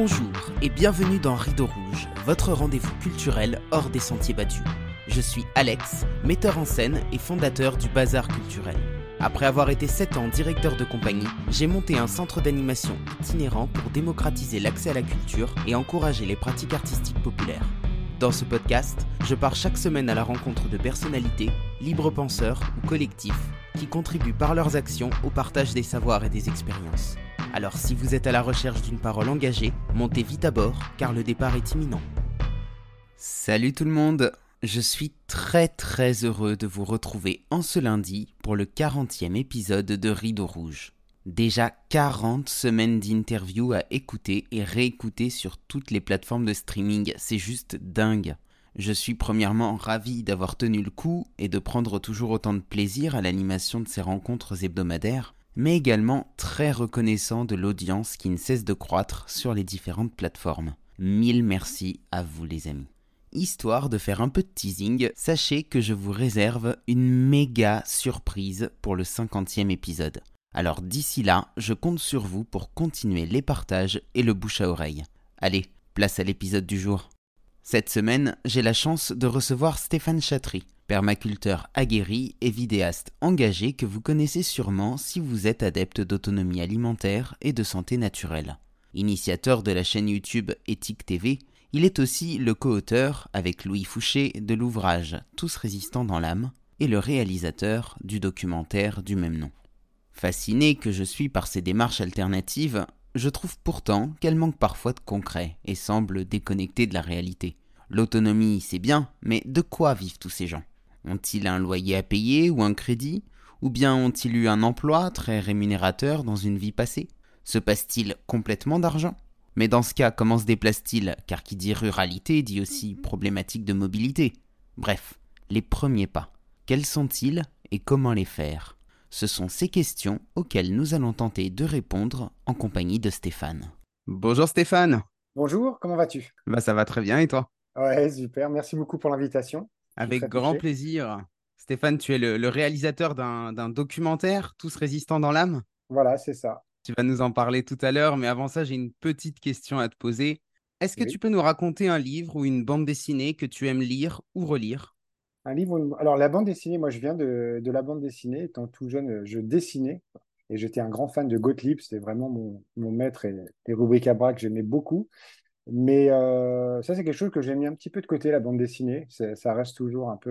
Bonjour et bienvenue dans Rideau Rouge, votre rendez-vous culturel hors des sentiers battus. Je suis Alex, metteur en scène et fondateur du Bazar Culturel. Après avoir été 7 ans directeur de compagnie, j'ai monté un centre d'animation itinérant pour démocratiser l'accès à la culture et encourager les pratiques artistiques populaires. Dans ce podcast, je pars chaque semaine à la rencontre de personnalités, libres penseurs ou collectifs, qui contribuent par leurs actions au partage des savoirs et des expériences. Alors si vous êtes à la recherche d'une parole engagée, montez vite à bord car le départ est imminent. Salut tout le monde, je suis très heureux de vous retrouver en ce lundi pour le 40e épisode de Rideau Rouge. Déjà 40 semaines d'interviews à écouter et réécouter sur toutes les plateformes de streaming, c'est juste dingue. Je suis premièrement ravi d'avoir tenu le coup et de prendre toujours autant de plaisir à l'animation de ces rencontres hebdomadaires, mais également très reconnaissant de l'audience qui ne cesse de croître sur les différentes plateformes. Mille merci à vous les amis. Histoire de faire un peu de teasing, sachez que je vous réserve une méga surprise pour le 50e épisode. Alors d'ici là, je compte sur vous pour continuer les partages et le bouche à oreille. Allez, place à l'épisode du jour. Cette semaine, j'ai la chance de recevoir Stéphane Chatry, permaculteur aguerri et vidéaste engagé que vous connaissez sûrement si vous êtes adepte d'autonomie alimentaire et de santé naturelle. Initiateur de la chaîne YouTube Éthique TV, il est aussi le co-auteur, avec Louis Fouché, de l'ouvrage Tous résistants dans l'âme et le réalisateur du documentaire du même nom. Fasciné que je suis par ces démarches alternatives, je trouve pourtant qu'elles manquent parfois de concret et semblent déconnectées de la réalité. L'autonomie, c'est bien, mais de quoi vivent tous ces gens ? Ont-ils un loyer à payer ou un crédit ? Ou bien ont-ils eu un emploi très rémunérateur dans une vie passée ? Se passe-t-il complètement d'argent ? Mais dans ce cas, comment se déplacent-ils ? Car qui dit ruralité dit aussi problématique de mobilité. Bref, les premiers pas. Quels sont-ils et comment les faire ? Ce sont ces questions auxquelles nous allons tenter de répondre en compagnie de Stéphane. Bonjour Stéphane. Bonjour, comment vas-tu? Ça va très bien et toi ? Ouais, super, merci beaucoup pour l'invitation. Je suis Avec très grand touché. plaisir. Stéphane, tu es le réalisateur d'un documentaire, Tous résistants dans l'âme. Voilà, c'est ça. Tu vas nous en parler tout à l'heure, mais avant ça, j'ai une petite question à te poser. Est-ce que tu Oui. peux nous raconter un livre ou une bande dessinée que tu aimes lire ou relire ? Un livre. Alors, la bande dessinée, moi, je viens de la bande dessinée. Étant tout jeune, je dessinais et j'étais un grand fan de Gottlieb. C'était vraiment mon maître et les rubriques à bras que j'aimais beaucoup. Mais ça, c'est quelque chose que j'ai mis un petit peu de côté, la bande dessinée. Ça reste toujours un peu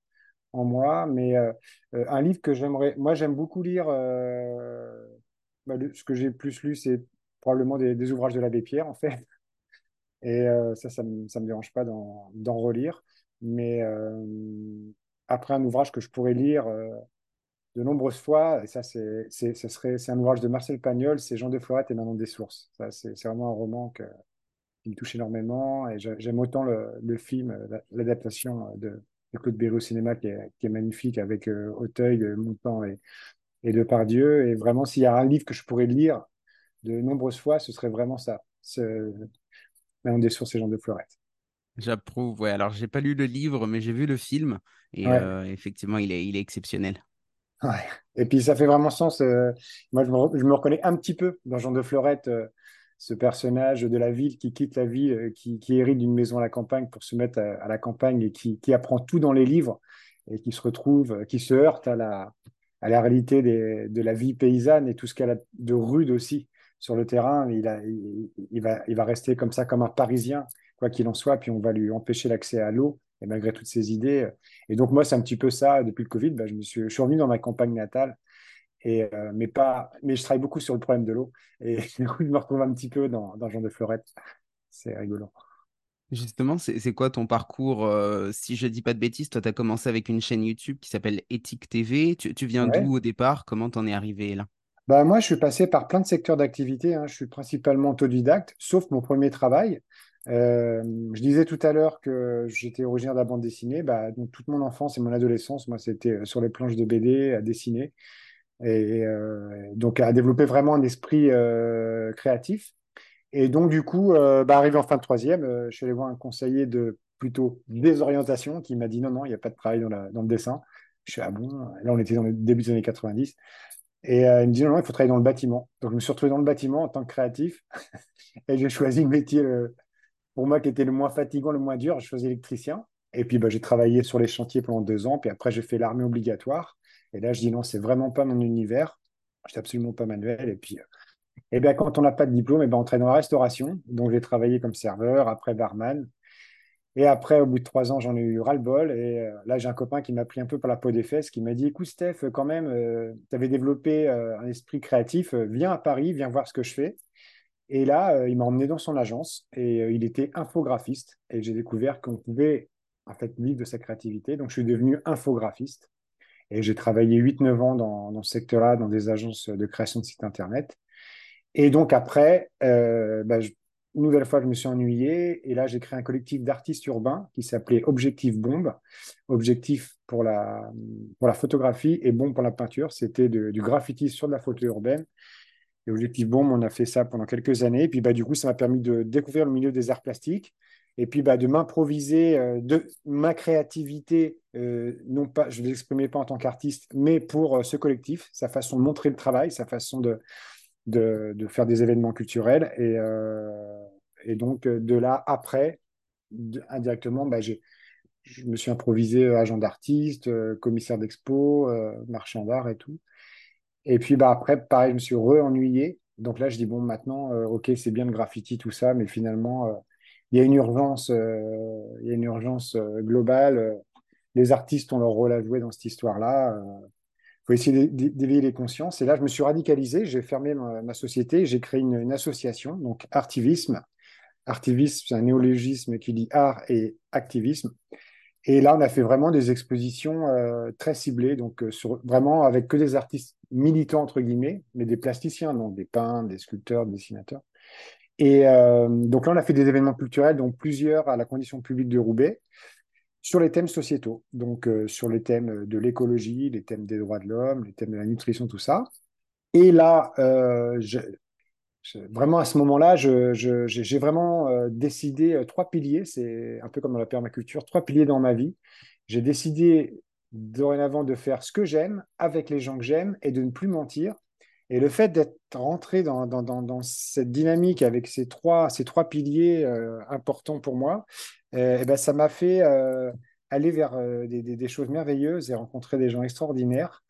en moi. Mais un livre que j'aimerais. Moi, j'aime beaucoup lire. Ce que j'ai plus lu, c'est probablement des ouvrages de l'abbé Pierre, en fait. Et ça me dérange pas d'en relire. Mais après, un ouvrage que je pourrais lire de nombreuses fois, et ça, c'est un ouvrage de Marcel Pagnol, c'est Jean de Florette et Manon des Sources. Ça, c'est vraiment un roman qui me touche énormément. Et j'aime autant le film, l'adaptation de Claude Berry au cinéma qui est magnifique avec Auteuil, Montand et Depardieu. Et vraiment, s'il y a un livre que je pourrais lire de nombreuses fois, ce serait vraiment ça. Manon des Sources et Jean de Florette. J'approuve, ouais. Alors, j'ai pas lu le livre, mais j'ai vu le film. Et Ouais. effectivement, il est exceptionnel. Ouais. Et puis ça fait vraiment sens. Moi, je me reconnais un petit peu dans Jean de Florette, ce personnage de la ville qui quitte la ville, qui hérite d'une maison à la campagne pour se mettre à la campagne et qui apprend tout dans les livres et qui se retrouve, qui se heurte à la réalité de la vie paysanne et tout ce qu'elle a de rude aussi sur le terrain. Il va rester comme ça, comme un Parisien, quoi qu'il en soit, puis on va lui empêcher l'accès à l'eau. Et malgré toutes ces idées, et donc, moi, c'est un petit peu ça. Depuis le Covid, bah, je suis revenu dans ma campagne natale, mais je travaille beaucoup sur le problème de l'eau. Et du coup, je me retrouve un petit peu dans Jean de Florette. C'est rigolo. Justement, c'est quoi ton parcours si je dis pas de bêtises, toi, tu as commencé avec une chaîne YouTube qui s'appelle Éthique TV. Tu viens Ouais. d'où au départ? Comment t'en es arrivé là? Bah, moi, je suis passé par plein de secteurs d'activité, hein. Je suis principalement autodidacte, sauf mon premier travail. Euh, je disais tout à l'heure que j'étais originaire de la bande dessinée. Bah, donc, toute mon enfance et mon adolescence, moi, c'était sur les planches de BD, à dessiner. Et donc, à développer vraiment un esprit créatif. Et donc, du coup, arrivé en fin de troisième, je suis allé voir un conseiller de plutôt désorientation qui m'a dit non, non, il n'y a pas de travail dans le dessin. Je suis ah bon, là, on était dans le début des années 90. Et il me dit, non, non, il faut travailler dans le bâtiment. Donc, je me suis retrouvé dans le bâtiment en tant que créatif. Et j'ai choisi le métier, pour moi, qui était le moins fatigant, le moins dur. Je faisais électricien. Et puis, bah, j'ai travaillé sur les chantiers pendant 2 ans. Puis après, j'ai fait l'armée obligatoire. Et là, je dis, non, c'est vraiment pas mon univers. Je suis absolument pas manuel. Et puis, eh bien, quand on n'a pas de diplôme, eh ben, on travaille dans la restauration. Donc, j'ai travaillé comme serveur, après barman. Et après, au bout de 3 ans, j'en ai eu ras-le-bol. Et là, j'ai un copain qui m'a pris un peu par la peau des fesses, qui m'a dit, écoute, Steph, quand même, tu avais développé un esprit créatif. Viens à Paris, viens voir ce que je fais. Et là, il m'a emmené dans son agence et il était infographiste. Et j'ai découvert qu'on pouvait en fait vivre de sa créativité. Donc, je suis devenu infographiste. Et j'ai travaillé 8 9 ans dans ce secteur-là, dans des agences de création de sites Internet. Et donc après, une nouvelle fois, je me suis ennuyé. Et là, j'ai créé un collectif d'artistes urbains qui s'appelait Objectif Bombe. Objectif pour la photographie et bombe pour la peinture. C'était du graffiti sur de la photo urbaine. Et Objectif Bombe, on a fait ça pendant quelques années. Et puis, du coup, ça m'a permis de découvrir le milieu des arts plastiques. Et puis, de m'improviser, de ma créativité, non pas, je ne l'exprimais pas en tant qu'artiste, mais pour ce collectif, sa façon de montrer le travail, sa façon de faire des événements culturels. Et donc, de là, après, indirectement, je me suis improvisé agent d'artiste, commissaire d'expo, marchand d'art et tout. Et puis après, pareil, je me suis re-ennuyé. Donc là, je dis, bon, maintenant, ok, c'est bien le graffiti, tout ça, mais finalement, il y a une urgence, globale. Les artistes ont leur rôle à jouer dans cette histoire-là. Il faut essayer d'éveiller les consciences. Et là, je me suis radicalisé, j'ai fermé ma société, j'ai créé une association, donc Artivisme. Artivisme, c'est un néologisme qui dit art et activisme. Et là, on a fait vraiment des expositions très ciblées, donc vraiment avec que des artistes militants, entre guillemets, mais des plasticiens, donc des peintres, des sculpteurs, des dessinateurs. Et donc là, on a fait des événements culturels, donc plusieurs à la condition publique de Roubaix, sur les thèmes sociétaux, donc sur les thèmes de l'écologie, les thèmes des droits de l'homme, les thèmes de la nutrition, tout ça. Et là, vraiment à ce moment-là, j'ai vraiment décidé 3 piliers, c'est un peu comme dans la permaculture, 3 piliers dans ma vie. J'ai décidé dorénavant de faire ce que j'aime avec les gens que j'aime et de ne plus mentir. Et le fait d'être rentré dans cette dynamique avec ces trois piliers importants pour moi, ça m'a fait aller vers des choses merveilleuses et rencontrer des gens extraordinaires.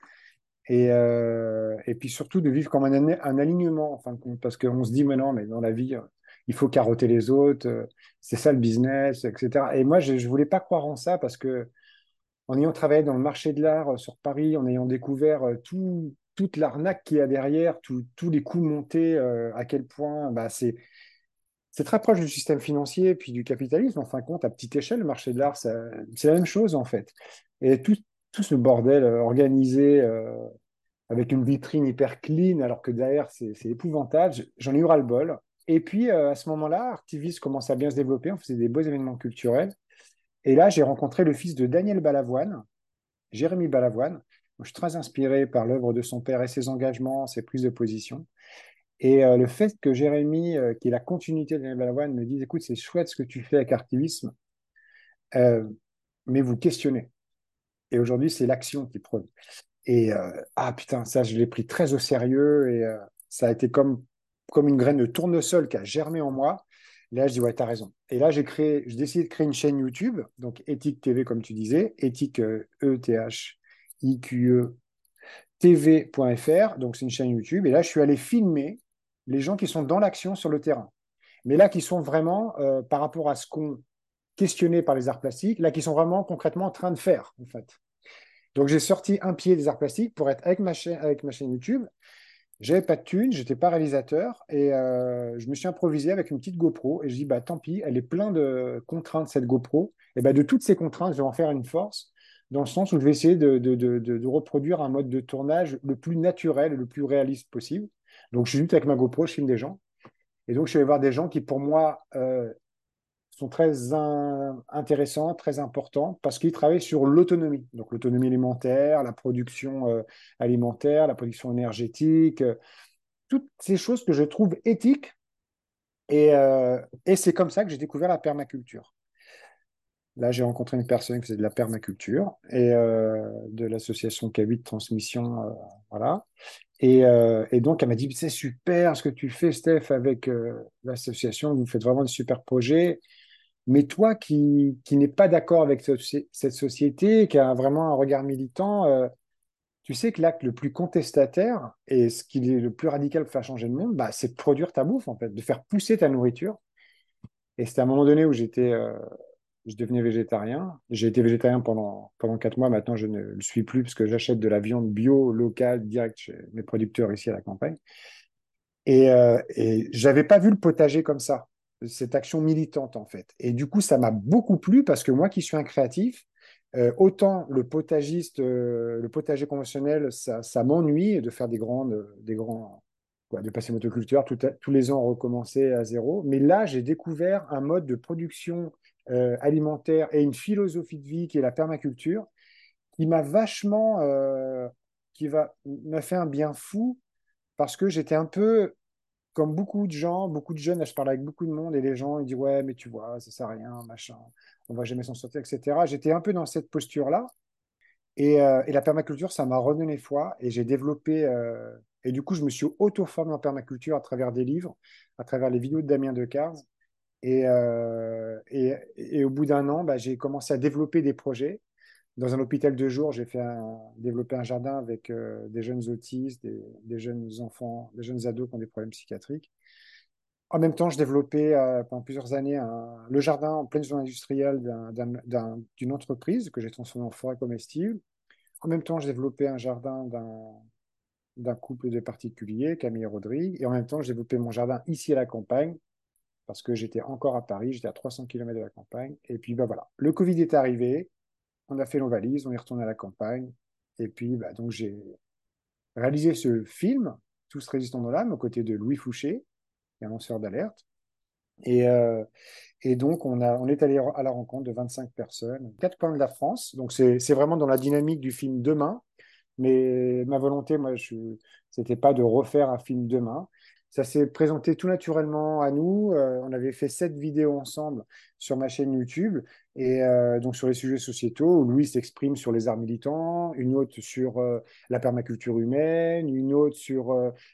Et puis surtout de vivre comme un alignement, en fin de compte, parce qu'on se dit, mais non, mais dans la vie, il faut carotter les autres, c'est ça le business, etc. Et moi, je ne voulais pas croire en ça parce que en ayant travaillé dans le marché de l'art sur Paris, en ayant découvert toute l'arnaque qu'il y a derrière, tous les coûts montés, à quel point c'est très proche du système financier puis du capitalisme, en fin de compte, à petite échelle, le marché de l'art, c'est la même chose, en fait. Et tout ce bordel organisé. Avec une vitrine hyper clean, alors que derrière, c'est épouvantable. J'en ai eu ras-le-bol. Et puis, à ce moment-là, Artivis commence à bien se développer. On faisait des beaux événements culturels. Et là, j'ai rencontré le fils de Daniel Balavoine, Jérémy Balavoine. Donc, je suis très inspiré par l'œuvre de son père et ses engagements, ses prises de position. Et le fait que Jérémy, qui est la continuité de Daniel Balavoine, me dise, écoute, c'est chouette ce que tu fais avec Artivisme, euh, mais vous questionnez. Et aujourd'hui, c'est l'action qui prône. Et ah putain, ça, je l'ai pris très au sérieux et ça a été comme une graine de tournesol qui a germé en moi. Là, je dis, ouais, t'as raison. Et là, j'ai décidé de créer une chaîne YouTube, donc Éthique TV, comme tu disais, éthique ETHIQE TV.fr. Donc, c'est une chaîne YouTube. Et là, je suis allé filmer les gens qui sont dans l'action sur le terrain. Mais là, qui sont vraiment, par rapport à ce qu'on questionnait par les arts plastiques, là, qui sont vraiment concrètement en train de faire, en fait. Donc, j'ai sorti un pied des arts plastiques pour être avec ma chaîne YouTube. J'avais pas de thune, j'étais pas réalisateur et je me suis improvisé avec une petite GoPro et je dis bah tant pis, elle est plein de contraintes cette GoPro et de toutes ces contraintes, je vais en faire une force dans le sens où je vais essayer de reproduire un mode de tournage le plus naturel, le plus réaliste possible. Donc je suis juste avec ma GoPro, je filme des gens et donc je vais voir des gens qui pour moi sont très intéressants, très importants, parce qu'ils travaillent sur l'autonomie. Donc l'autonomie alimentaire, la production alimentaire, la production énergétique, toutes ces choses que je trouve éthiques. Et c'est comme ça que j'ai découvert la permaculture. Là, j'ai rencontré une personne qui faisait de la permaculture et de l'association K8 Transmission, voilà. Et donc, elle m'a dit, c'est super ce que tu fais, Steph, avec l'association. Vous faites vraiment de super projets. Mais toi qui n'es pas d'accord avec cette société, qui a vraiment un regard militant, tu sais que l'acte le plus contestataire et ce qui est le plus radical pour faire changer le monde, bah, c'est de produire ta bouffe, en fait, de faire pousser ta nourriture. Et c'était à un moment donné où je devenais végétarien. J'ai été végétarien pendant 4 mois. Maintenant, je ne le suis plus parce que j'achète de la viande bio, locale, direct chez mes producteurs ici à la campagne. Et j'avais pas vu le potager comme ça, cette action militante en fait. Et du coup, ça m'a beaucoup plu parce que moi qui suis un créatif, autant le potager conventionnel, ça m'ennuie de faire des grands, quoi, de passer motoculteur, tous les ans recommencer à zéro. Mais là, j'ai découvert un mode de production alimentaire et une philosophie de vie qui est la permaculture, qui m'a vachement, m'a fait un bien fou parce que j'étais un peu comme beaucoup de gens, beaucoup de jeunes, là, je parle avec beaucoup de monde et les gens ils disent ouais mais tu vois ça sert à rien machin, on va jamais s'en sortir etc. J'étais un peu dans cette posture-là et la permaculture ça m'a redonné foi et j'ai développé et du coup je me suis auto-formé en permaculture à travers des livres, à travers les vidéos de Damien Decazes et au bout d'un an bah, j'ai commencé à développer des projets. Dans un hôpital de jour, développé un jardin avec des jeunes autistes, des jeunes enfants, des jeunes ados qui ont des problèmes psychiatriques. En même temps, je développais pendant plusieurs années le jardin en pleine zone industrielle d'une entreprise que j'ai transformé en forêt comestible. En même temps, je développais un jardin d'un couple de particuliers, Camille et Rodrigue. Et en même temps, je développais mon jardin ici à la campagne parce que j'étais encore à Paris, j'étais à 300 km de la campagne. Et puis, bah, voilà, le Covid est arrivé, on a fait nos valises, on est retourné à la campagne. Et puis, bah, donc, j'ai réalisé ce film, Tous résistants dans l'âme, aux côtés de Louis Fouché, un lanceur d'alerte. Et, euh, Et donc, on est allé à la rencontre de 25 personnes, 4 coins de la France. Donc, c'est vraiment dans la dynamique du film Demain. Mais ma volonté, moi, c'était pas de refaire un film demain. Ça s'est présenté tout naturellement à nous. On avait fait 7 vidéos ensemble sur ma chaîne YouTube et donc sur les sujets sociétaux où Louis s'exprime sur les arts militants, une autre sur la permaculture humaine, une autre sur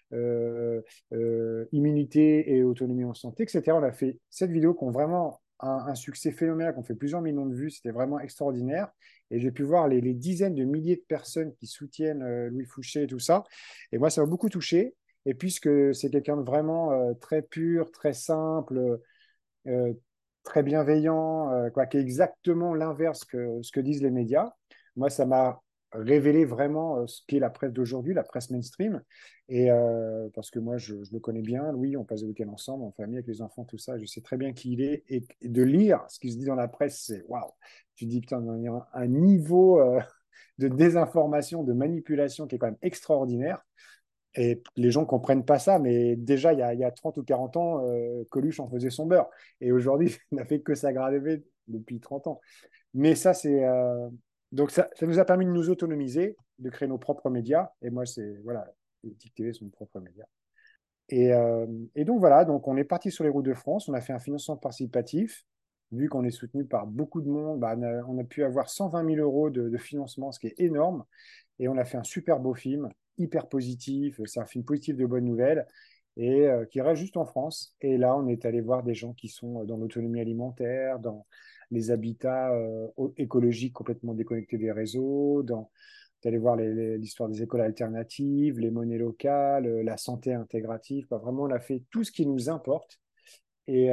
immunité et autonomie en santé, etc. On a fait 7 vidéos qui ont vraiment un succès phénoménal, qui ont fait plusieurs millions de vues. C'était vraiment extraordinaire. Et j'ai pu voir les dizaines de milliers de personnes qui soutiennent Louis Fouché et tout ça. Et moi, ça m'a beaucoup touché. Et puisque c'est quelqu'un de vraiment très pur, très simple, euh, très bienveillant, quoi, qui est exactement l'inverse que ce que disent les médias, moi, ça m'a révélé vraiment ce qu'est la presse d'aujourd'hui, la presse mainstream. Et parce que moi, je le connais bien, Louis, on passe des week-ends ensemble, en famille, avec les enfants, tout ça, je sais très bien qui il est. Et de lire ce qui se dit dans la presse, c'est waouh! Tu te dis, putain, on a un niveau de désinformation, de manipulation qui est quand même extraordinaire. Et les gens ne comprennent pas ça, mais déjà, il y a 30 ou 40 ans, Coluche en faisait son beurre. Et aujourd'hui, ça n'a fait que s'aggraver depuis 30 ans. Mais ça, c'est. Donc, ça nous a permis de nous autonomiser, de créer nos propres médias. Et moi, c'est. Voilà, les TIC TV sont nos propres médias. Et, euh, et donc, voilà, donc on est parti sur les routes de France. On a fait un financement participatif. Vu qu'on est soutenu par beaucoup de monde, bah, on a pu avoir 120 000 euros de financement, ce qui est énorme. Et on a fait un super beau film, hyper positif. C'est un film positif de bonnes nouvelles et qui reste juste en France. Et là, on est allé voir des gens qui sont dans l'autonomie alimentaire, dans les habitats écologiques complètement déconnectés des réseaux, d'aller voir l'histoire des écoles alternatives, les monnaies locales, la santé intégrative. Quoi. Vraiment, on a fait tout ce qui nous importe. Et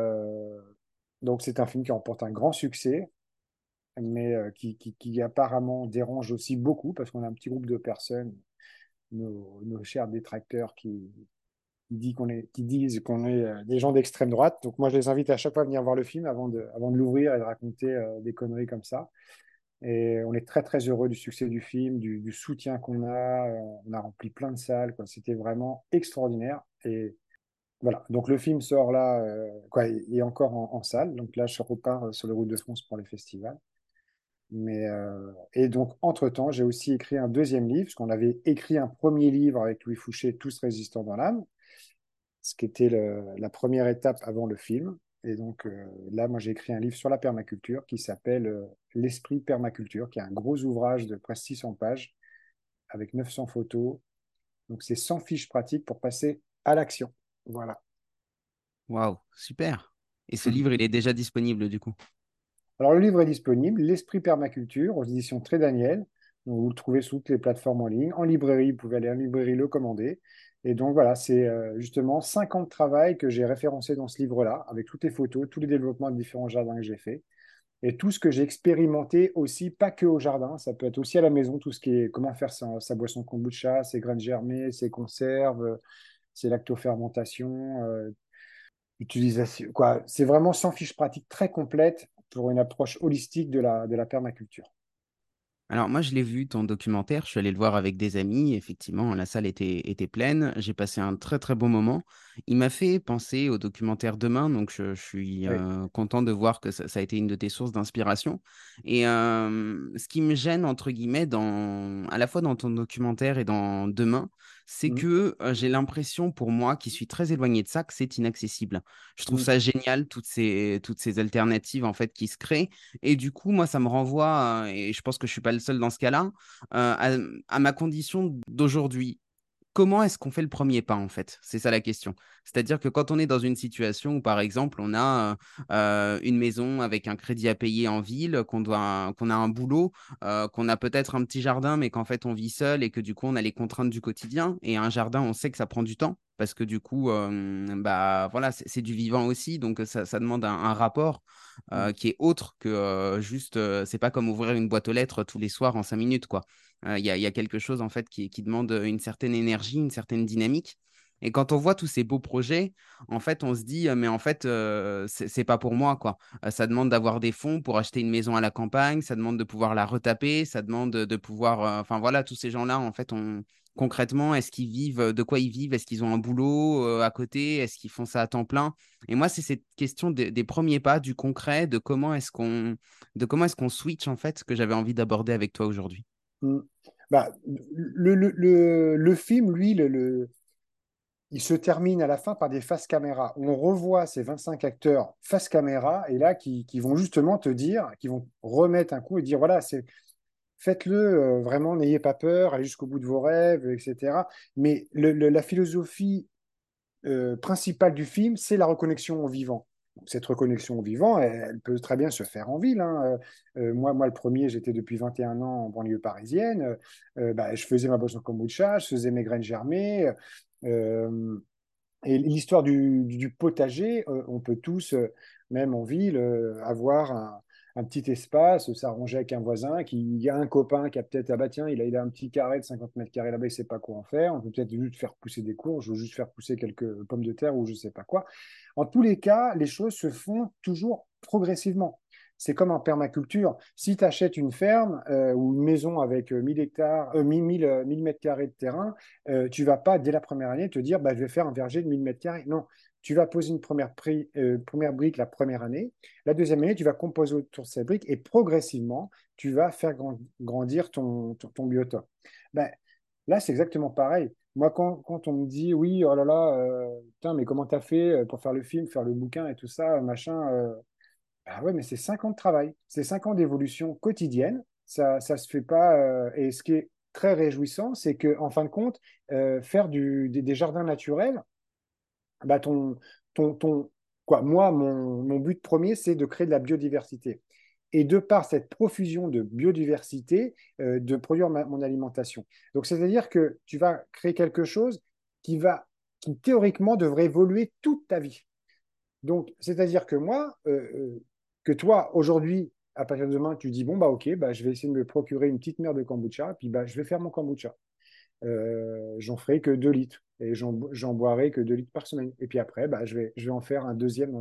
donc, c'est un film qui remporte un grand succès mais qui apparemment dérange aussi beaucoup parce qu'on a un petit groupe de personnes, nos chers détracteurs qui disent qu'on est des gens d'extrême droite. Donc moi, je les invite à chaque fois à venir voir le film avant de l'ouvrir et de raconter des conneries comme ça. Et on est très, très heureux du succès du film, du soutien qu'on a. On a rempli plein de salles, quoi. C'était vraiment extraordinaire. Et voilà. Donc le film sort là, quoi, il est encore en salle. Donc là, je repars sur les routes de France pour les festivals. Et donc, entre-temps, j'ai aussi écrit un deuxième livre, parce qu'on avait écrit un premier livre avec Louis Fouché, Tous résistants dans l'âme, ce qui était la première étape avant le film. Et donc là, moi, j'ai écrit un livre sur la permaculture qui s'appelle L'Esprit Permaculture, qui est un gros ouvrage de presque 600 pages avec 900 photos. Donc, c'est 100 fiches pratiques pour passer à l'action. Voilà. Waouh, super. Et ce livre, il est déjà disponible du coup. Alors, le livre est disponible, L'Esprit Permaculture, aux éditions Très Daniel. Donc, vous le trouvez sur toutes les plateformes en ligne. En librairie, vous pouvez aller en librairie le commander. Et donc, voilà, c'est justement 5 ans de travail que j'ai référencé dans ce livre-là, avec toutes les photos, tous les développements de différents jardins que j'ai faits. Et tout ce que j'ai expérimenté aussi, pas que au jardin, ça peut être aussi à la maison, tout ce qui est comment faire sa boisson kombucha, ses graines germées, ses conserves, ses lactofermentations, utilisation, quoi. C'est vraiment 100 fiches pratiques très complètes pour une approche holistique de la permaculture. Alors moi, je l'ai vu, ton documentaire, je suis allé le voir avec des amis, effectivement, la salle était pleine, j'ai passé un très très bon moment. Il m'a fait penser au documentaire Demain, donc je suis Oui. content de voir que ça a été une de tes sources d'inspiration. Et ce qui me gêne, entre guillemets, à la fois dans ton documentaire et dans Demain, c'est Mm, que j'ai l'impression, pour moi, qui suis très éloigné de ça, que c'est inaccessible. Je trouve mm, ça génial, toutes ces alternatives en fait qui se créent. Et du coup, moi, ça me renvoie, et je pense que je suis pas le seul dans ce cas-là, à ma condition d'aujourd'hui. Comment est-ce qu'on fait le premier pas, en fait? C'est ça la question. C'est-à-dire que quand on est dans une situation où, par exemple, on a une maison avec un crédit à payer en ville, qu'on a un boulot, qu'on a peut-être un petit jardin, mais qu'en fait, on vit seul et que du coup, on a les contraintes du quotidien. Et un jardin, on sait que ça prend du temps parce que du coup, bah, voilà, c'est du vivant aussi. Donc, ça demande un rapport mm, qui est autre que juste, c'est pas comme ouvrir une boîte aux lettres tous les soirs en 5 minutes, quoi. Il y a quelque chose en fait qui demande une certaine énergie, une certaine dynamique. Et quand on voit tous ces beaux projets, en fait, on se dit, mais en fait, c'est pas pour moi, quoi. Ça demande d'avoir des fonds pour acheter une maison à la campagne, ça demande de pouvoir la retaper, ça demande de pouvoir, enfin voilà, tous ces gens-là, en fait, concrètement, est-ce qu'ils vivent, de quoi ils vivent, est-ce qu'ils ont un boulot à côté, est-ce qu'ils font ça à temps plein? Et moi, c'est cette question des premiers pas, du concret, de comment est-ce qu'on switch, en fait, que j'avais envie d'aborder avec toi aujourd'hui. mm. Bah, le film, lui, il se termine à la fin par des face caméra. On revoit ces 25 acteurs face caméra et là qui vont justement te dire, qui vont remettre un coup et dire voilà, faites-le, vraiment, n'ayez pas peur, allez jusqu'au bout de vos rêves, etc. Mais la philosophie principale du film, c'est la reconnexion au vivant. Donc, cette reconnexion au vivant, elle peut très bien se faire en ville, hein. Moi, le premier, j'étais depuis 21 ans en banlieue parisienne. Bah, je faisais ma boisson kombucha, je faisais mes graines germées. Euh, et l'histoire du potager, on peut tous, même en ville, avoir un petit espace, s'arranger avec un voisin, il y a un copain qui a peut-être, ah bah tiens, il a un petit carré de 50 mètres carrés là-bas, il ne sait pas quoi en faire. On peut peut-être juste faire pousser des courges ou juste faire pousser quelques pommes de terre ou je ne sais pas quoi. En tous les cas, les choses se font toujours progressivement. C'est comme en permaculture. Si tu achètes une ferme ou une maison avec 1000 hectares, 1000 mètres carrés de terrain, tu vas pas, dès la première année, te dire bah, je vais faire un verger de 1000 mètres carrés. Non, tu vas poser une première brique la première année. La deuxième année, tu vas composer autour de cette brique et progressivement, tu vas faire grandir ton biotope. Ben, là, c'est exactement pareil. Moi, quand on me dit oui, oh là là, putain, mais comment tu as fait pour faire le film, faire le bouquin et tout ça, machin, ah ouais, mais c'est 5 ans de travail, c'est 5 ans d'évolution quotidienne. Ça se fait pas. Et ce qui est très réjouissant, c'est que en fin de compte, faire des jardins naturels, bah quoi, moi, mon but premier, c'est de créer de la biodiversité. Et de par cette profusion de biodiversité, de produire mon alimentation. Donc, c'est-à-dire que tu vas créer quelque chose qui qui théoriquement devrait évoluer toute ta vie. Donc, c'est-à-dire que moi, que toi, aujourd'hui, à partir de demain, tu dis, bon, bah, ok, bah, je vais essayer de me procurer une petite mer de kombucha, puis bah, je vais faire mon kombucha. J'en ferai que 2 litres et j'en boirai que 2 litres par semaine. Et puis après, bah, je vais en faire un deuxième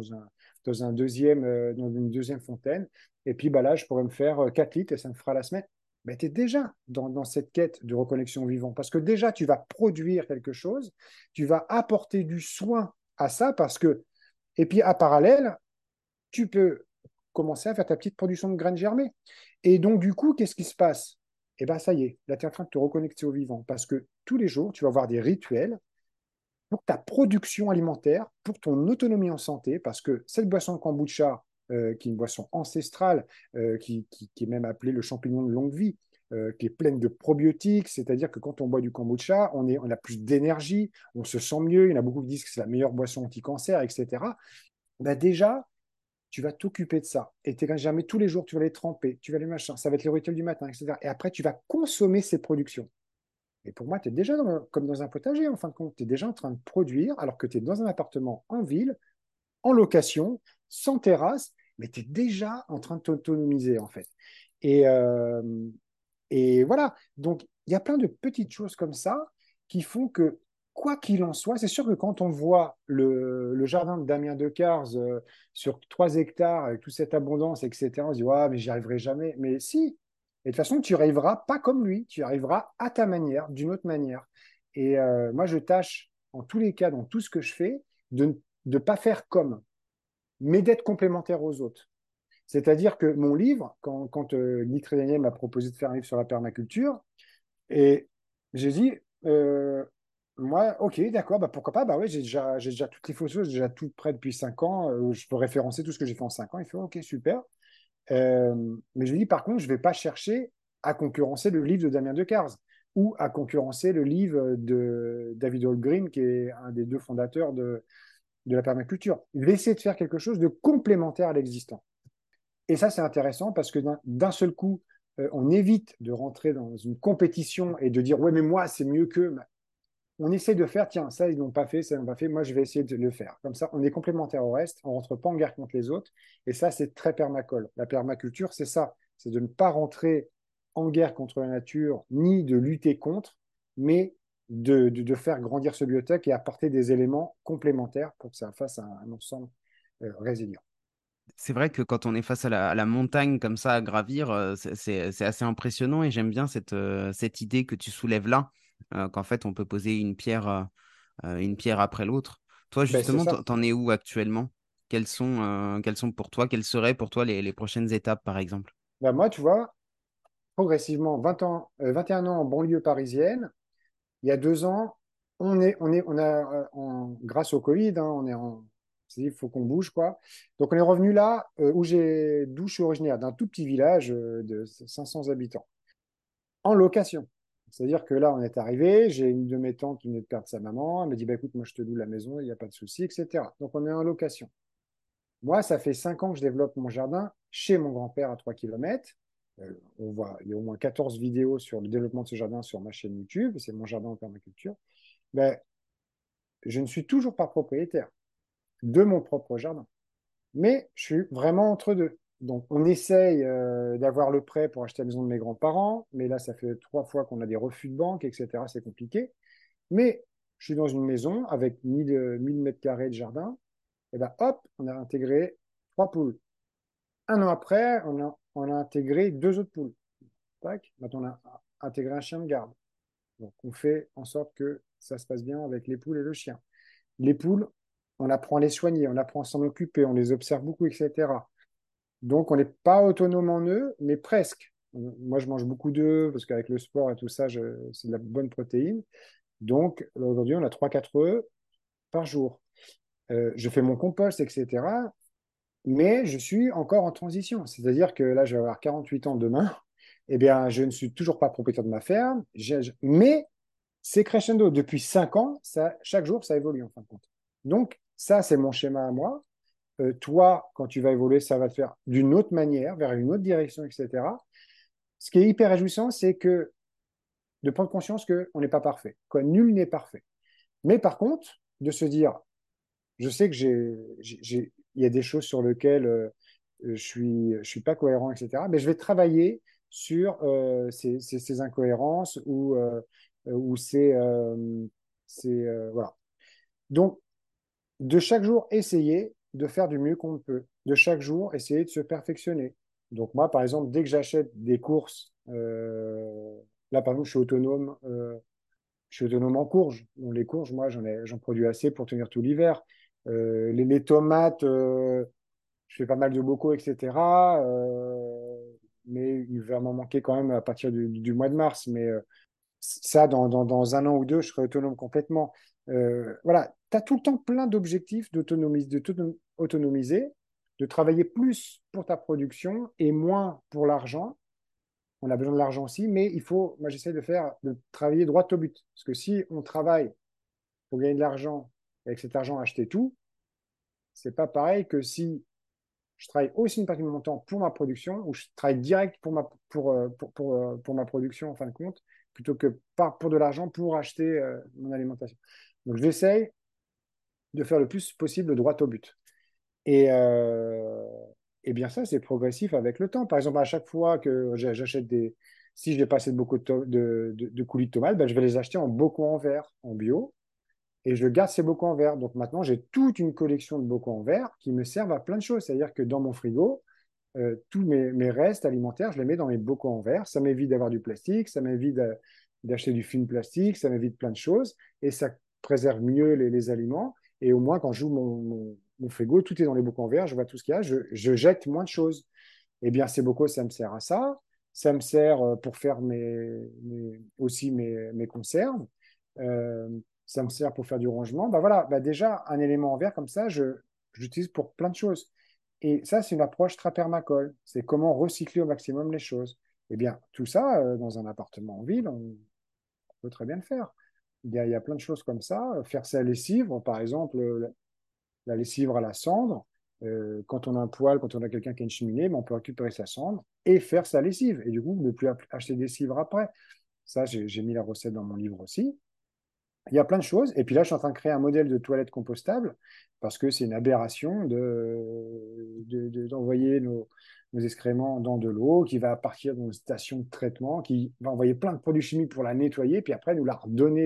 dans une deuxième fontaine. Et puis bah, là, je pourrais me faire 4 litres et ça me fera la semaine. Mais tu es déjà dans cette quête de reconnexion au vivant parce que déjà, tu vas produire quelque chose, tu vas apporter du soin à ça parce que et puis, à parallèle, tu peux commencer à faire ta petite production de graines germées. Et donc, du coup, qu'est-ce qui se passe? Eh bien, ça y est, là, tu es en train de te reconnecter au vivant parce que tous les jours, tu vas avoir des rituels pour ta production alimentaire, pour ton autonomie en santé, parce que cette boisson de kombucha, qui est une boisson ancestrale, qui est même appelée le champignon de longue vie, qui est pleine de probiotiques, c'est-à-dire que quand on boit du kombucha, on a plus d'énergie, on se sent mieux, il y en a beaucoup qui disent que c'est la meilleure boisson anti-cancer, etc. Ben déjà, tu vas t'occuper de ça. Et tu jamais tous les jours, tu vas les tremper, tu vas les machins, ça va être les rituels du matin, etc. Et après, tu vas consommer ces productions. Et pour moi, tu es déjà comme dans un potager, en fin de compte. Tu es déjà en train de produire alors que tu es dans un appartement en ville, en location, sans terrasse, mais tu es déjà en train de t'autonomiser, en fait. Et, euh, et voilà. Donc, il y a plein de petites choses comme ça qui font que, quoi qu'il en soit, c'est sûr que quand on voit le jardin de Damien Decars sur 3 hectares, avec toute cette abondance, etc., on se dit, ouais, mais j'y arriverai jamais. Mais si. Et de toute façon, tu n'y arriveras pas comme lui, tu y arriveras à ta manière, d'une autre manière. Et moi, je tâche, en tous les cas, dans tout ce que je fais, de ne pas faire comme, mais d'être complémentaire aux autres. C'est-à-dire que mon livre, quand Guy Trédaniel m'a proposé de faire un livre sur la permaculture, et j'ai dit, moi, ok, d'accord, bah pourquoi pas, bah ouais, j'ai déjà toutes les photos, j'ai déjà tout prêt depuis 5 ans, je peux référencer tout ce que j'ai fait en 5 ans. Il fait, ok, super. Mais je lui dis, par contre, je ne vais pas chercher à concurrencer le livre de Damien Decars ou à concurrencer le livre de David Holmgren, qui est un des 2 fondateurs de la permaculture. Je vais essayer de faire quelque chose de complémentaire à l'existant. Et ça, c'est intéressant parce que d'un seul coup, on évite de rentrer dans une compétition et de dire, ouais, mais moi, c'est mieux que. On essaie de faire, tiens, ça, ils n'ont pas fait, ça, ils n'ont pas fait, moi, je vais essayer de le faire. Comme ça, on est complémentaire au reste, on ne rentre pas en guerre contre les autres. Et ça, c'est très permacole. La permaculture, c'est ça. C'est de ne pas rentrer en guerre contre la nature, ni de lutter contre, mais de faire grandir ce biotech et apporter des éléments complémentaires pour que ça fasse un ensemble résilient. C'est vrai que quand on est face à la montagne comme ça à gravir, c'est assez impressionnant et j'aime bien cette idée que tu soulèves là, qu'en fait on peut poser une pierre après l'autre. Toi, Ben, c'est justement, ça. t'en es où actuellement? Quelles sont pour toi, quelles seraient pour toi les prochaines étapes, par exemple? Ben, moi, tu vois, progressivement, 20 ans, 21 ans en banlieue parisienne. Il y a 2 ans, grâce au Covid, hein, il faut qu'on bouge, quoi. Donc, on est revenu là d'où je suis originaire, d'un tout petit village de 500 habitants, en location. C'est-à-dire que là, on est arrivé, j'ai une de mes tantes qui venait de perdre sa maman, elle me dit, bah, écoute, moi, je te loue la maison, il n'y a pas de souci, etc. Donc, on est en location. Moi, ça fait 5 ans que je développe mon jardin chez mon grand-père à 3 km. Il y a au moins 14 vidéos sur le développement de ce jardin sur ma chaîne YouTube, c'est mon jardin en permaculture. Ben, je ne suis toujours pas propriétaire de mon propre jardin, mais je suis vraiment entre deux. Donc, on essaye d'avoir le prêt pour acheter la maison de mes grands-parents, mais là, ça fait 3 fois qu'on a des refus de banque, etc. C'est compliqué. Mais je suis dans une maison avec 1000 mètres carrés de jardin. Et ben, hop, on a intégré 3 poules. Un an après, on a intégré 2 autres poules. Tac. Maintenant, on a intégré un chien de garde. Donc, on fait en sorte que ça se passe bien avec les poules et le chien. Les poules, on apprend à les soigner, on apprend à s'en occuper, on les observe beaucoup, etc. Donc, on n'est pas autonome en œufs, mais presque. Moi, je mange beaucoup d'œufs parce qu'avec le sport et tout ça, c'est de la bonne protéine. Donc, aujourd'hui, on a 3 4 œufs par jour. Je fais mon compost, etc. Mais je suis encore en transition. C'est-à-dire que là, je vais avoir 48 ans demain. Eh bien, je ne suis toujours pas propriétaire de ma ferme. Mais c'est crescendo. Depuis 5 ans, chaque jour, ça évolue en fin de compte. Donc, ça, c'est mon schéma à moi. Toi, quand tu vas évoluer, ça va te faire d'une autre manière, vers une autre direction, etc. Ce qui est hyper réjouissant, c'est que de prendre conscience qu'on n'est pas parfait, quoi. Nul n'est parfait. Mais par contre, de se dire, je sais que il y a des choses sur lesquelles je suis pas cohérent, etc. Mais je vais travailler sur ces incohérences ou voilà. Donc, de chaque jour, essayer de faire du mieux qu'on peut. De chaque jour, essayer de se perfectionner. Donc, moi, par exemple, dès que j'achète des courses, là, par exemple, je suis autonome en courges. Donc, les courges, moi, j'en produis assez pour tenir tout l'hiver. Les tomates, je fais pas mal de bocaux, etc. Mais il va m'en manquer quand même à partir du mois de mars. Mais ça, dans un an ou deux, je serai autonome complètement. Voilà, tu as tout le temps plein d'objectifs d'autonomiser, de travailler plus pour ta production et moins pour l'argent. On a besoin de l'argent aussi, mais moi j'essaie de travailler droit au but. Parce que si on travaille pour gagner de l'argent et avec cet argent acheter tout, c'est pas pareil que si je travaille aussi une partie de mon temps pour ma production ou je travaille direct pour ma production en fin de compte, plutôt que pas pour de l'argent pour acheter mon alimentation. Donc j'essaye de faire le plus possible droit au but. Et, euh, et bien ça, c'est progressif avec le temps. Par exemple, à chaque fois que j'achète si j'ai pas assez de, bocaux de coulis de tomates, ben, je vais les acheter en bocaux en verre, en bio, et je garde ces bocaux en verre. Donc maintenant, j'ai toute une collection de bocaux en verre qui me servent à plein de choses. C'est-à-dire que dans mon frigo, tous mes restes alimentaires, je les mets dans mes bocaux en verre. Ça m'évite d'avoir du plastique, ça m'évite d'acheter du film plastique, ça m'évite plein de choses, et ça préserve mieux les aliments. Et au moins, quand j'ouvre mon frigo, tout est dans les bocaux en verre, je vois tout ce qu'il y a, je jette moins de choses. Eh bien, ces bocaux, ça me sert à ça. Ça me sert pour faire aussi mes conserves. Euh, Ça me sert pour faire du rangement. Bah voilà, bah déjà, un élément en verre comme ça, j'utilise pour plein de choses. Et ça, c'est une approche très permacole. C'est comment recycler au maximum les choses. Eh bien, tout ça, dans un appartement en ville, on peut très bien le faire. Il y a plein de choses comme ça. Faire sa lessive, par exemple, la lessive à la cendre. Quand on a un poêle, quand on a quelqu'un qui a une cheminée, ben, on peut récupérer sa cendre et faire sa lessive. Et du coup, ne plus acheter des civres après. Ça, j'ai mis la recette dans mon livre aussi. Il y a plein de choses. Et puis là, je suis en train de créer un modèle de toilette compostable parce que c'est une aberration d'envoyer nos excréments dans de l'eau qui va partir dans une station de traitement, qui va envoyer plein de produits chimiques pour la nettoyer, puis après nous la redonner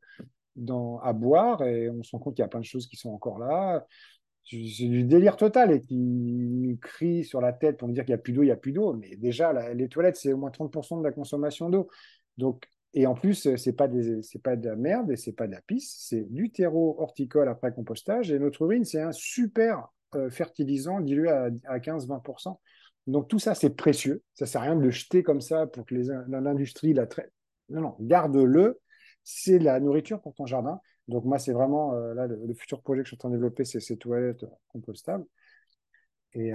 à boire. Et on se rend compte qu'il y a plein de choses qui sont encore là. C'est du délire total et qui nous crie sur la tête pour nous dire qu'il n'y a plus d'eau, il n'y a plus d'eau. Mais déjà, les toilettes, c'est au moins 30% de la consommation d'eau. Donc, et en plus, c'est pas de la merde et c'est pas de la pisse, c'est du terreau horticole après compostage. Et notre urine, c'est un super fertilisant dilué à 15-20%. Donc, tout ça, c'est précieux. Ça ne sert à rien de le jeter comme ça pour que l'industrie la traite. Non, non, garde-le. C'est la nourriture pour ton jardin. Donc moi, c'est vraiment là le futur projet que je suis en train de développer, c'est ces toilettes compostables. Et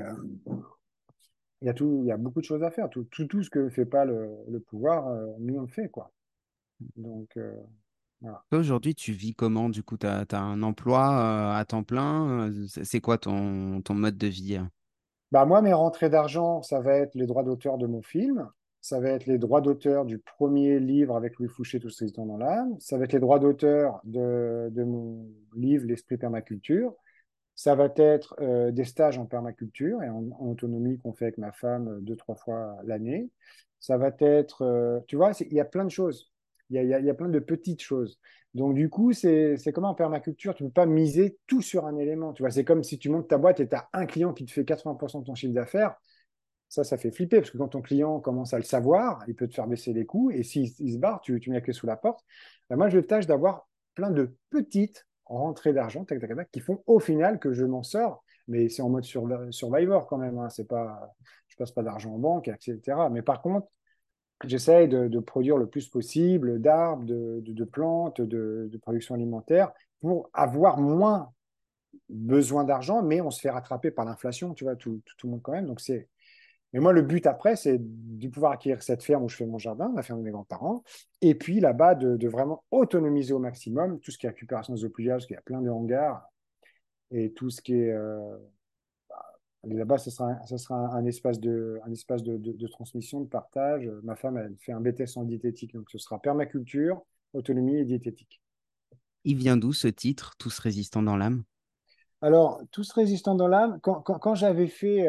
il y a beaucoup de choses à faire. Tout ce que fait pas le pouvoir, nous on le fait quoi. Donc voilà. Toi, aujourd'hui, tu vis comment? Du coup, tu as un emploi à temps plein? C'est quoi ton mode de vie? Bah moi, mes rentrées d'argent, ça va être les droits d'auteur de mon film. Ça va être les droits d'auteur du premier livre avec Louis Fouché, Tous ces temps dans l'âme. Ça va être les droits d'auteur de mon livre L'esprit permaculture. Ça va être des stages en permaculture et en autonomie qu'on fait avec ma femme 2, 3 fois l'année. Ça va être, tu vois, il y a plein de choses. Il y a plein de petites choses. Donc, du coup, c'est comme en permaculture, tu ne peux pas miser tout sur un élément. Tu vois, c'est comme si tu montes ta boîte et tu as un client qui te fait 80% de ton chiffre d'affaires. Ça fait flipper parce que quand ton client commence à le savoir, il peut te faire baisser les coûts et s'il se barre, tu mets la clé sous la porte. Ben, moi, je tâche d'avoir plein de petites rentrées d'argent tac, tac, tac, qui font au final que je m'en sors. Mais c'est en mode survivor quand même. Hein. C'est pas, je passe pas d'argent en banque, etc. Mais par contre, j'essaye de produire le plus possible d'arbres, de plantes, de production alimentaire pour avoir moins besoin d'argent, mais on se fait rattraper par l'inflation, tu vois, tout le monde quand même. Donc mais moi, le but après, c'est de pouvoir acquérir cette ferme où je fais mon jardin, la ferme de mes grands-parents, et puis là-bas, de vraiment autonomiser au maximum tout ce qui est récupération des eaux pluviales, parce qu'il y a plein de hangars, et tout ce qui est... là-bas, ce sera un espace de transmission, de partage. Ma femme, elle fait un BTS en diététique, donc ce sera permaculture, autonomie et diététique. Il vient d'où ce titre, Tous résistants dans l'âme? Alors, tous résistants dans l'âme, quand j'avais fait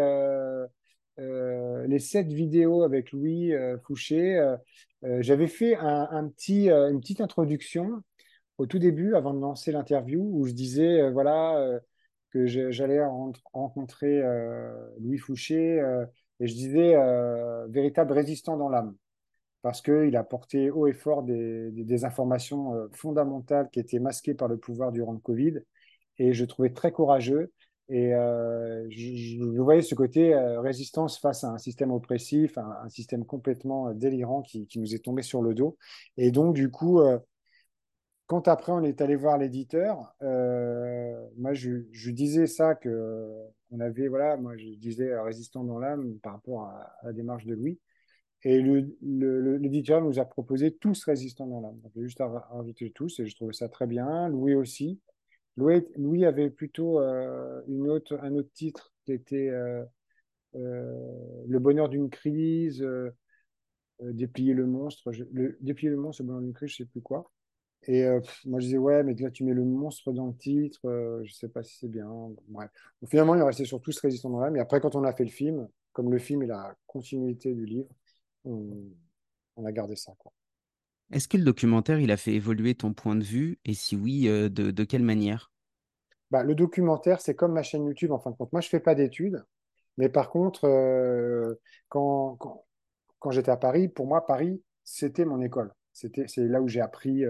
les 7 vidéos avec Louis Fouché, j'avais fait une petite introduction au tout début, avant de lancer l'interview, où je disais voilà, que j'allais rencontrer Louis Fouché, et je disais véritable résistant dans l'âme, parce qu'il a porté haut et fort des informations fondamentales qui étaient masquées par le pouvoir durant le Covid et je trouvais très courageux. Et je voyais ce côté résistance face à un système oppressif, un système complètement délirant qui nous est tombé sur le dos. Et donc, du coup, quand après on est allé voir l'éditeur, moi je disais ça que on avait, voilà, moi je disais Résistant dans l'âme par rapport à la démarche de Louis. Et l'éditeur nous a proposé tous Résistants dans l'âme. Donc, juste à rajouter tous, et je trouvais ça très bien. Louis aussi. Louis avait plutôt un autre titre qui était Le bonheur d'une crise, Déplier le monstre. Déplier le monstre, le bonheur d'une crise, je ne sais plus quoi. Et moi, je disais, ouais, mais là, tu mets le monstre dans le titre, je ne sais pas si c'est bien. Bref. Donc, finalement, il restait surtout ce Résistant dans l'âme. Et après, quand on a fait le film, comme le film est la continuité du livre, on, on a gardé ça, quoi. Est-ce que le documentaire, il a fait évoluer ton point de vue? Et si oui, de quelle manière? Bah, le documentaire, c'est comme ma chaîne YouTube, en fin de compte. Moi, je ne fais pas d'études, mais par contre, quand, quand, quand j'étais à Paris, pour moi, Paris, c'était mon école. C'est là où j'ai appris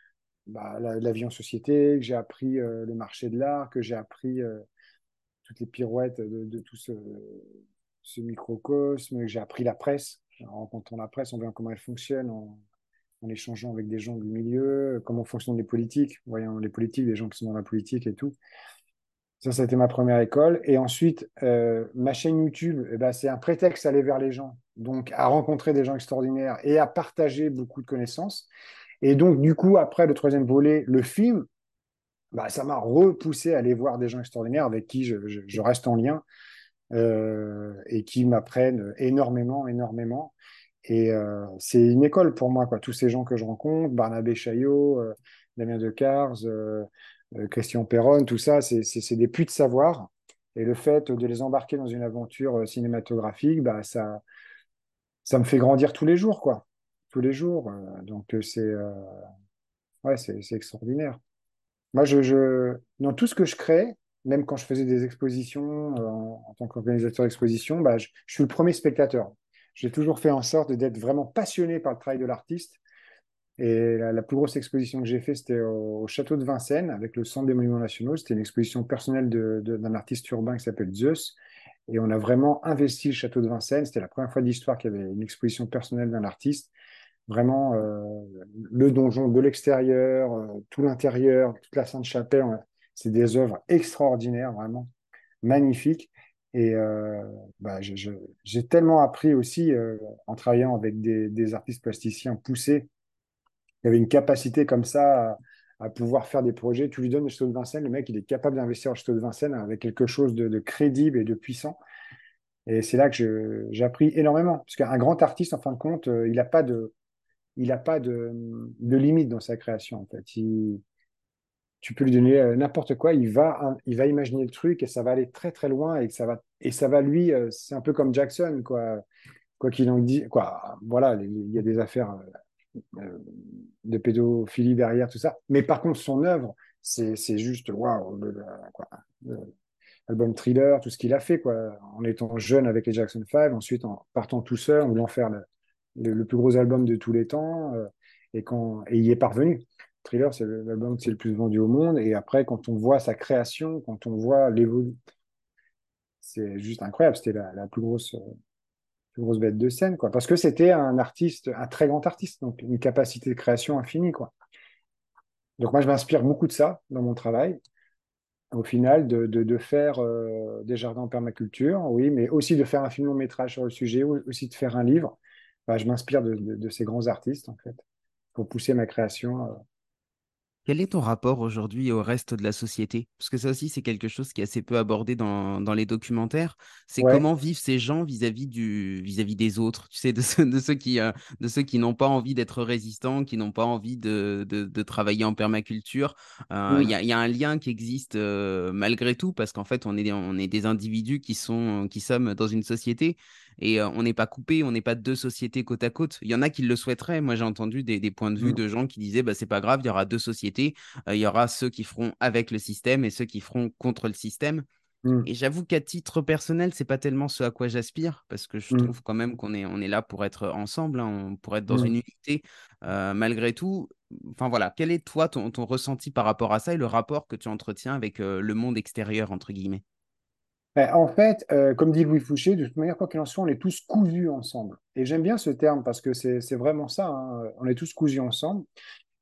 la vie en société, que j'ai appris le marché de l'art, que j'ai appris toutes les pirouettes de tout ce microcosme, que j'ai appris la presse, en rencontrant la presse, en voyant comment elle fonctionne, en échangeant avec des gens du milieu, comment fonctionnent les politiques, voyant les politiques, des gens qui sont dans la politique et tout. Ça a été ma première école. Et ensuite, ma chaîne YouTube, eh ben, c'est un prétexte à aller vers les gens, donc à rencontrer des gens extraordinaires et à partager beaucoup de connaissances. Et donc, du coup, après le troisième volet, le film, bah, ça m'a repoussé à aller voir des gens extraordinaires avec qui je reste en lien et qui m'apprennent énormément, énormément. Et c'est une école pour moi, quoi. Tous ces gens que je rencontre, Barnabé Chaillot, Damien Decars, Christian Perron, tout ça, c'est des puits de savoir. Et le fait de les embarquer dans une aventure cinématographique, bah, ça me fait grandir tous les jours, quoi. Tous les jours. Donc, ouais, c'est extraordinaire. Moi, dans tout ce que je crée, même quand je faisais des expositions en tant qu'organisateur d'exposition, bah, je suis le premier spectateur. J'ai toujours fait en sorte d'être vraiment passionné par le travail de l'artiste. Et la plus grosse exposition que j'ai faite, c'était au château de Vincennes, avec le Centre des Monuments Nationaux. C'était une exposition personnelle d'un artiste urbain qui s'appelle Zeus. Et on a vraiment investi le château de Vincennes. C'était la première fois de l'histoire qu'il y avait une exposition personnelle d'un artiste. Vraiment, le donjon de l'extérieur, tout l'intérieur, toute la Sainte-Chapelle, c'est des œuvres extraordinaires, vraiment magnifiques. Et bah, j'ai tellement appris aussi en travaillant avec des artistes plasticiens poussés. Il y avait une capacité comme ça à pouvoir faire des projets. Tu lui donnes le château de Vincennes, le mec, il est capable d'investir au château de Vincennes avec quelque chose de crédible et de puissant. Et c'est là que j'ai appris énormément. Parce qu'un grand artiste, en fin de compte, il n'a pas de limite dans sa création, en fait. Tu peux lui donner n'importe quoi, il va imaginer le truc et ça va aller très très loin et ça va lui, c'est un peu comme Jackson, quoi qu'il en dise, quoi. Voilà, il y a des affaires euh, de pédophilie derrière tout ça. Mais par contre, son œuvre, c'est juste waouh, quoi. L'album Thriller, tout ce qu'il a fait, quoi, en étant jeune avec les Jackson 5, ensuite en partant tout seul, en voulant faire le plus gros album de tous les temps, et il y est parvenu. Thriller, c'est l'album qui est le plus vendu au monde, et après, quand on voit sa création, quand on voit l'évolution, c'est juste incroyable. C'était la plus grosse bête de scène, quoi. Parce que c'était un artiste, un très grand artiste, donc une capacité de création infinie, quoi. Donc moi, je m'inspire beaucoup de ça dans mon travail, au final, de faire des jardins en permaculture, oui, mais aussi de faire un film long métrage sur le sujet, ou aussi de faire un livre. Bah, je m'inspire de ces grands artistes, en fait, pour pousser ma création. Quel est ton rapport aujourd'hui au reste de la société? Parce que ça aussi, c'est quelque chose qui est assez peu abordé dans les documentaires. C'est Ouais. comment vivent ces gens vis-à-vis des autres, tu sais, de ceux qui n'ont pas envie d'être résistants, qui n'ont pas envie de travailler en permaculture. Mm, Il y a un lien qui existe malgré tout, parce qu'en fait, on est des individus qui sommes dans une société. Et on n'est pas coupé, on n'est pas deux sociétés côte à côte. Il y en a qui le souhaiteraient. Moi, j'ai entendu des points de vue mm, de gens qui disaient, bah, c'est pas grave, il y aura deux sociétés. Il y aura ceux qui feront avec le système et ceux qui feront contre le système. mm, Et j'avoue qu'à titre personnel, c'est pas tellement ce à quoi j'aspire, parce que je mm, trouve quand même on est là pour être ensemble, hein, pour être dans une mm. unité, malgré tout. Enfin voilà, quel est toi ton ressenti par rapport à ça et le rapport que tu entretiens avec le monde extérieur, entre guillemets? Ben, en fait, comme dit Louis Fouché, de toute manière, quoi qu'il en soit, on est tous cousus ensemble. Et j'aime bien ce terme parce que c'est vraiment ça, hein, on est tous cousus ensemble.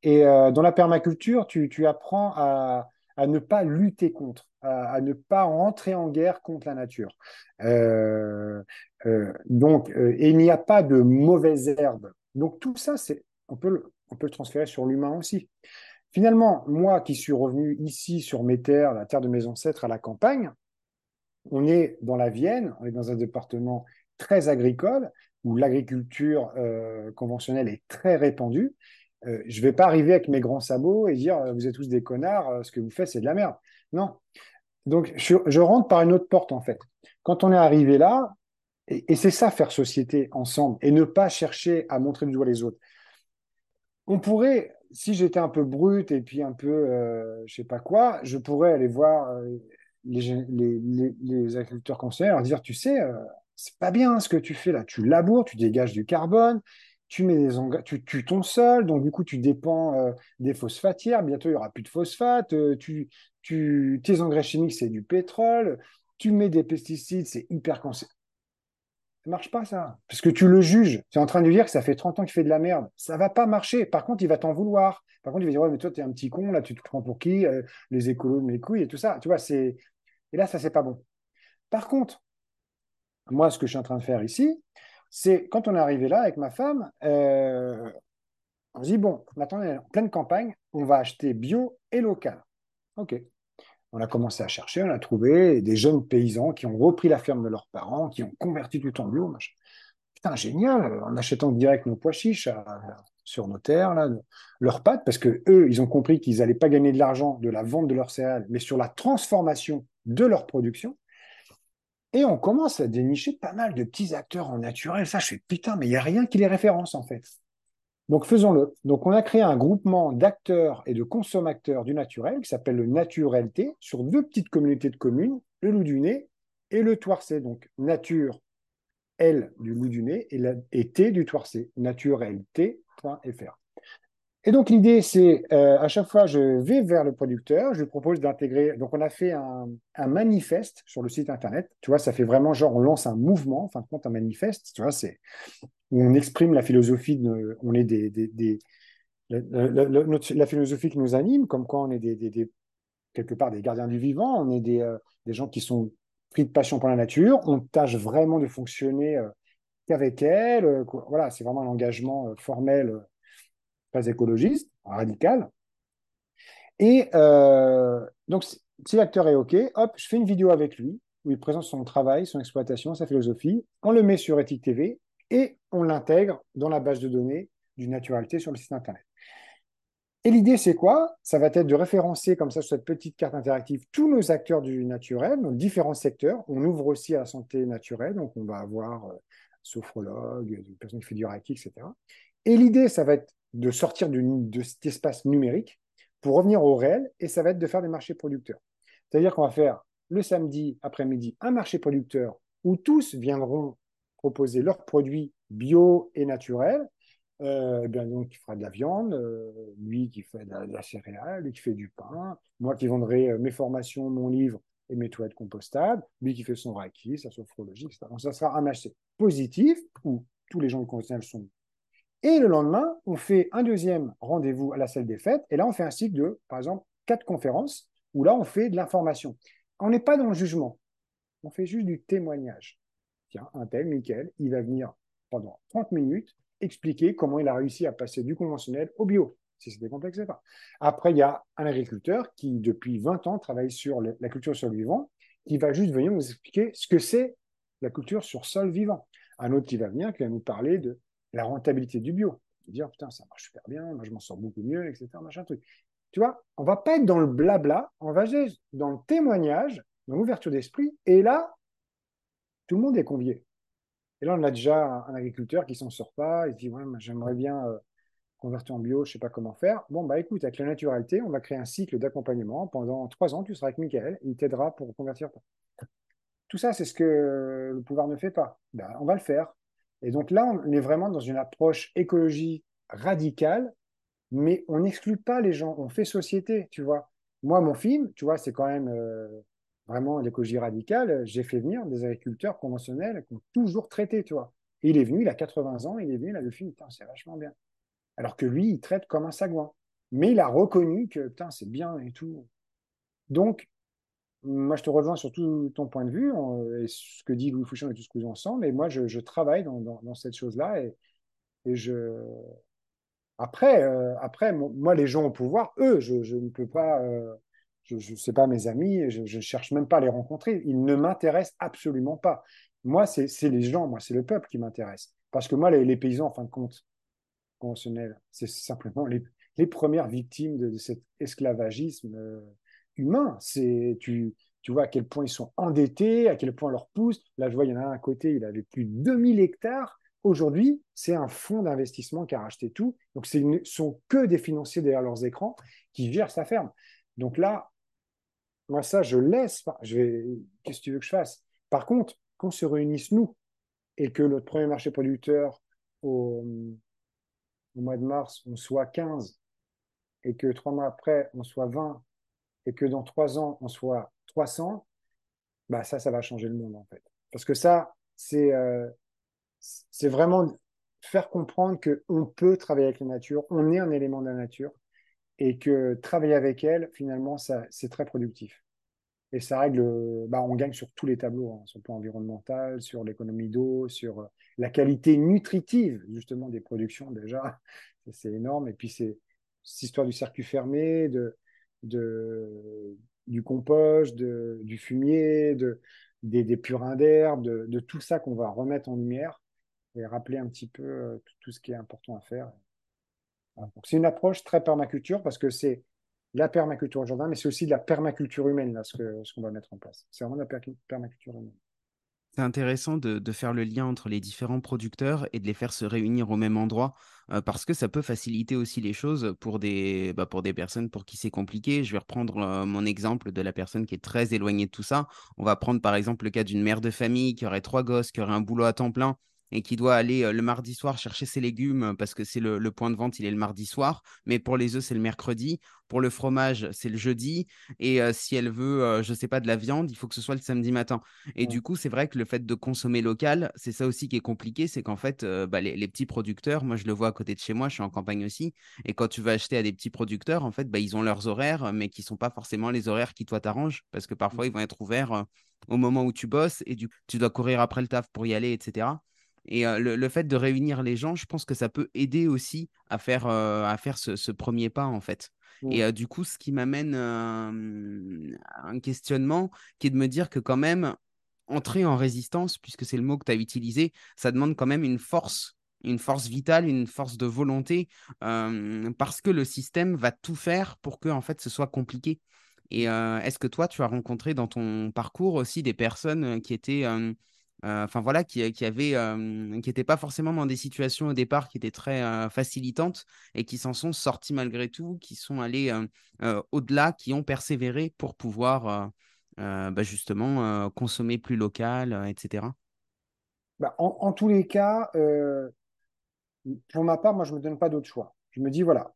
Et dans la permaculture, tu apprends à ne pas lutter contre, à ne pas rentrer en guerre contre la nature. Euh, et il n'y a pas de mauvaises herbes. Donc tout ça, on peut le transférer sur l'humain aussi. Finalement, moi qui suis revenu ici sur mes terres, la terre de mes ancêtres à la campagne, on est dans la Vienne, on est dans un département très agricole où l'agriculture conventionnelle est très répandue. Je ne vais pas arriver avec mes grands sabots et dire vous êtes tous des connards, ce que vous faites c'est de la merde. Non. Donc je rentre par une autre porte en fait. Quand on est arrivé là, et c'est ça faire société ensemble et ne pas chercher à montrer du doigt les autres. On pourrait, si j'étais un peu brut et puis un peu, je sais pas quoi, je pourrais aller voir les agriculteurs conseillers, leur dire, tu sais, c'est pas bien ce que tu fais là. Tu laboures, tu dégages du carbone, tu mets tu tues ton sol, donc du coup tu dépends des phosphatières. Bientôt il y aura plus de phosphate. Tes engrais chimiques c'est du pétrole. Tu mets des pesticides, c'est hyper cancérigène. Ça marche pas, ça. Parce que tu le juges. Tu es en train de lui dire que ça fait 30 ans qu'il fait de la merde. Ça va pas marcher. Par contre, il va t'en vouloir. Par contre, il va dire, ouais, mais toi, tu es un petit con, là, tu te prends pour qui? Les écolos de mes couilles et tout ça. Tu vois, c'est. Et là, ça, c'est pas bon. Par contre, moi, ce que je suis en train de faire ici, c'est quand on est arrivé là avec ma femme, on se dit, bon, maintenant, on est en pleine campagne, on va acheter bio et local. OK. On a commencé à chercher, on a trouvé des jeunes paysans qui ont repris la ferme de leurs parents, qui ont converti tout en bio, machin. Putain, génial, en achetant direct nos pois chiches sur nos terres, là, leurs pâtes, parce que eux, ils ont compris qu'ils n'allaient pas gagner de l'argent de la vente de leurs céréales, mais sur la transformation de leur production. Et on commence à dénicher pas mal de petits acteurs en naturel. Ça, je fais putain, mais il n'y a rien qui les référence, en fait. Donc faisons-le. Donc on a créé un groupement d'acteurs et de consommateurs du naturel qui s'appelle le Naturel-T sur deux petites communautés de communes, le Loup du Nez et le Toircé. Donc nature L du Loup du Nez et T du Toircé, naturelt.fr. Et donc l'idée, c'est à chaque fois, je vais vers le producteur, je lui propose d'intégrer. Donc on a fait un manifeste sur le site internet. Tu vois, ça fait vraiment genre on lance un mouvement, en fin de compte un manifeste. Tu vois, c'est où on exprime la philosophie, on est la philosophie qui nous anime, comme quoi on est quelque part des gardiens du vivant, on est des gens qui sont pris de passion pour la nature, on tâche vraiment de fonctionner qu'avec elle. Voilà, c'est vraiment un engagement formel, pas écologiste, radical. Et donc, si l'acteur est OK, hop, je fais une vidéo avec lui où il présente son travail, son exploitation, sa philosophie. On le met sur Ethic TV et on l'intègre dans la base de données du Naturalité sur le site Internet. Et l'idée, c'est quoi? Ça va être de référencer comme ça sur cette petite carte interactive tous nos acteurs du naturel, nos différents secteurs. On ouvre aussi à la santé naturelle, donc on va avoir sophrologue, une personne qui fait du reiki, etc. Et l'idée, ça va être de sortir de cet espace numérique pour revenir au réel, et ça va être de faire des marchés producteurs. C'est-à-dire qu'on va faire le samedi après-midi un marché producteur où tous viendront proposer leurs produits bio et naturels. Ben donc, qui fera de la viande, lui qui fait de la céréale, lui qui fait du pain, moi qui vendrai mes formations, mon livre et mes toilettes compostables, lui qui fait son reiki, sa sophrologie, etc. Donc, ça sera un marché positif où tous les gens du conventionnel sont. Et le lendemain, on fait un deuxième rendez-vous à la salle des fêtes. Et là, on fait un cycle de, par exemple, 4 conférences où là, on fait de l'information. On n'est pas dans le jugement. On fait juste du témoignage. Tiens, un tel, Mickaël, il va venir pendant 30 minutes expliquer comment il a réussi à passer du conventionnel au bio. Si c'était complexe, c'est pas. Après, il y a un agriculteur qui, depuis 20 ans, travaille sur la culture sur le vivant, qui va juste venir nous expliquer ce que c'est la culture sur sol vivant. Un autre qui va venir, qui va nous parler de la rentabilité du bio. Dire, putain, ça marche super bien, moi je m'en sors beaucoup mieux, etc. Machin truc. Tu vois, on va pas être dans le blabla, on va être dans le témoignage, dans l'ouverture d'esprit, et là, tout le monde est convié. Et là, on a déjà un agriculteur qui s'en sort pas, il se dit, ouais, j'aimerais bien convertir en bio, je sais pas comment faire. Bon, bah écoute, avec la naturalité, on va créer un cycle d'accompagnement. Pendant 3 ans, tu seras avec Mickaël, il t'aidera pour convertir. Tout ça, c'est ce que le pouvoir ne fait pas. Ben, on va le faire. Et donc là, on est vraiment dans une approche écologie radicale, mais on n'exclut pas les gens, on fait société, tu vois. Moi, mon film, tu vois, c'est quand même vraiment l'écologie radicale. J'ai fait venir des agriculteurs conventionnels qui ont toujours traité, tu vois. Et il est venu, il a 80 ans, il est venu, là, le film, c'est vachement bien. Alors que lui, il traite comme un sagouin. Mais il a reconnu que, putain, c'est bien et tout. Donc, moi, je te rejoins sur tout ton point de vue et ce que dit Louis Fouchon et tout ce que nous ensemble. Et moi, je travaille dans cette chose-là. Et après, moi, les gens au pouvoir, eux, je ne peux pas, sais pas mes amis, je cherche même pas à les rencontrer. Ils ne m'intéressent absolument pas. Moi, c'est les gens, moi, c'est le peuple qui m'intéresse. Parce que moi, les paysans, en fin de compte, conventionnels, c'est simplement les premières victimes de cet esclavagisme humain. Tu vois à quel point ils sont endettés, à quel point on leur pousse. Là, je vois, il y en a un à côté, il avait plus de 2000 hectares. Aujourd'hui, c'est un fonds d'investissement qui a racheté tout. Donc, ce ne sont que des financiers derrière leurs écrans qui gèrent sa ferme. Donc là, moi, ça, je laisse. Qu'est-ce que tu veux que je fasse? Par contre, qu'on se réunisse, nous, et que notre premier marché producteur au, au mois de mars, on soit 15, et que 3 mois après, on soit 20, et que dans 3 ans, on soit 300, bah ça va changer le monde, en fait. Parce que ça, c'est vraiment faire comprendre qu'on peut travailler avec la nature, on est un élément de la nature, et que travailler avec elle, finalement, ça, c'est très productif. Et ça règle, bah, on gagne sur tous les tableaux, hein, sur le plan environnemental, sur l'économie d'eau, sur la qualité nutritive, justement, des productions, déjà. C'est énorme. Et puis, c'est cette histoire du circuit fermé, de, du compost, du fumier, des purins d'herbe, de tout ça qu'on va remettre en lumière et rappeler un petit peu tout ce qui est important à faire. Voilà. Donc, c'est une approche très permaculture parce que c'est la permaculture au jardin, mais c'est aussi de la permaculture humaine, là, ce qu'on va mettre en place. C'est vraiment de la permaculture humaine. C'est intéressant de faire le lien entre les différents producteurs et de les faire se réunir au même endroit parce que ça peut faciliter aussi les choses pour des personnes pour qui c'est compliqué. Je vais reprendre mon exemple de la personne qui est très éloignée de tout ça. On va prendre par exemple le cas d'une mère de famille qui aurait 3 gosses, qui aurait un boulot à temps plein et qui doit aller le mardi soir chercher ses légumes parce que c'est le point de vente, il est le mardi soir. Mais pour les œufs, c'est le mercredi. Pour le fromage, c'est le jeudi. Et si elle veut, je sais pas, de la viande, il faut que ce soit le samedi matin. Et Ouais. du coup, c'est vrai que le fait de consommer local, c'est ça aussi qui est compliqué, c'est qu'en fait, les petits producteurs, moi je le vois à côté de chez moi, je suis en campagne aussi, et quand tu vas acheter à des petits producteurs, en fait, ils ont leurs horaires, mais qui ne sont pas forcément les horaires qui toi t'arrangent, parce que parfois ils vont être ouverts au moment où tu bosses, et du coup, tu dois courir après le taf pour y aller, etc. Et le fait de réunir les gens, je pense que ça peut aider aussi à faire ce premier pas, en fait. Et Mm. du coup, ce qui m'amène à un questionnement qui est de me dire que quand même, entrer en résistance, puisque c'est le mot que tu as utilisé, ça demande quand même une force vitale, une force de volonté, parce que le système va tout faire pour que en fait ce soit compliqué. Et est-ce que toi, tu as rencontré dans ton parcours aussi des personnes qui étaient, enfin voilà, qui étaient pas forcément dans des situations au départ qui étaient très facilitantes et qui s'en sont sortis malgré tout, qui sont allés au-delà, qui ont persévéré pour pouvoir justement consommer plus local, etc. Bah, en tous les cas, pour ma part, moi, je ne me donne pas d'autre choix. Je me dis, voilà.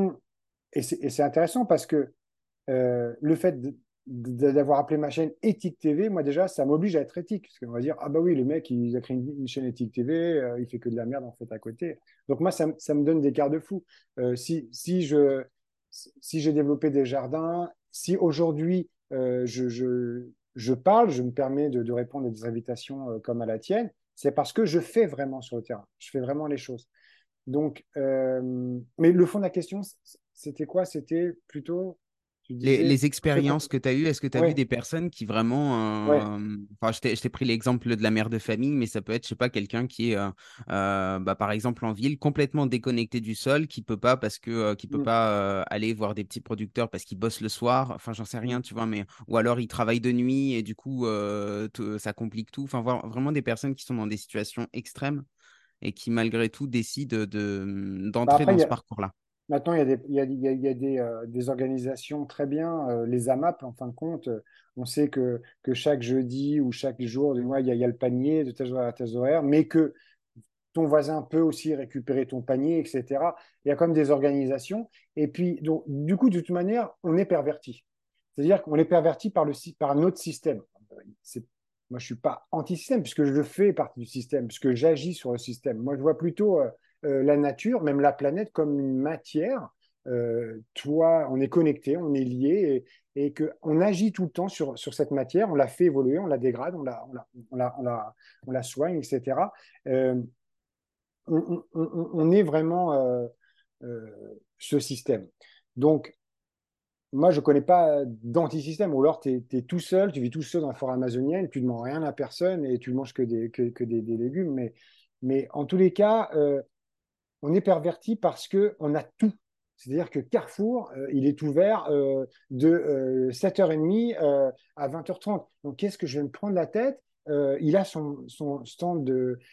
Et c'est intéressant parce que le fait d'avoir appelé ma chaîne Éthique TV, moi déjà, ça m'oblige à être éthique. Parce qu'on va dire, ah bah oui, le mec, il a créé une chaîne Éthique TV, il fait que de la merde en fait à côté. Donc moi, ça me donne des garde-fous. Si j'ai développé des jardins, si aujourd'hui je parle, je me permets de répondre à des invitations comme à la tienne, c'est parce que je fais vraiment sur le terrain. Je fais vraiment les choses. Donc, mais le fond de la question, c'était quoi? C'était plutôt, tu disais, Les expériences que tu as eues, est-ce que tu as vu ouais, des personnes qui vraiment... ouais, Enfin, je t'ai pris l'exemple de la mère de famille, mais ça peut être, je sais pas, quelqu'un qui est, par exemple, en ville, complètement déconnecté du sol, qui peut mm, pas aller voir des petits producteurs parce qu'il bosse le soir. Enfin, j'en sais mm. rien, tu vois, mais... Ou alors, il travaille de nuit et du coup, ça complique tout. Enfin, vraiment des personnes qui sont dans des situations extrêmes et qui, malgré tout, décident Bah d'entrer après, dans ce parcours-là. maintenant, il y a il y a des organisations très bien, les AMAP, en fin de compte, on sait que chaque jeudi ou chaque jour du mois, il y a le panier de tes horaires à tes horaires, mais que ton voisin peut aussi récupérer ton panier, etc. Il y a comme des organisations. Et puis, donc, du coup, de toute manière, on est perverti. C'est-à-dire qu'on est perverti par notre système. Moi, je ne suis pas anti-système, puisque je fais partie du système, puisque j'agis sur le système. Moi, je vois plutôt la nature, même la planète, comme une matière toi, on est connecté, on est lié et qu'on agit tout le temps sur cette matière, on la fait évoluer, on la dégrade, on la soigne, etc. Euh, on est vraiment euh, ce système. Donc, moi, je ne connais pas d'antisystème, ou alors tu es, tout seul, tu vis tout seul dans la forêt amazonienne, tu ne demandes rien à personne et tu ne manges que des légumes. Mais en tous les cas, on est perverti parce qu'on a tout. C'est-à-dire que Carrefour, il est ouvert de 7h30 à 20h30. Donc, qu'est-ce que je vais me prendre la tête? Il a son stand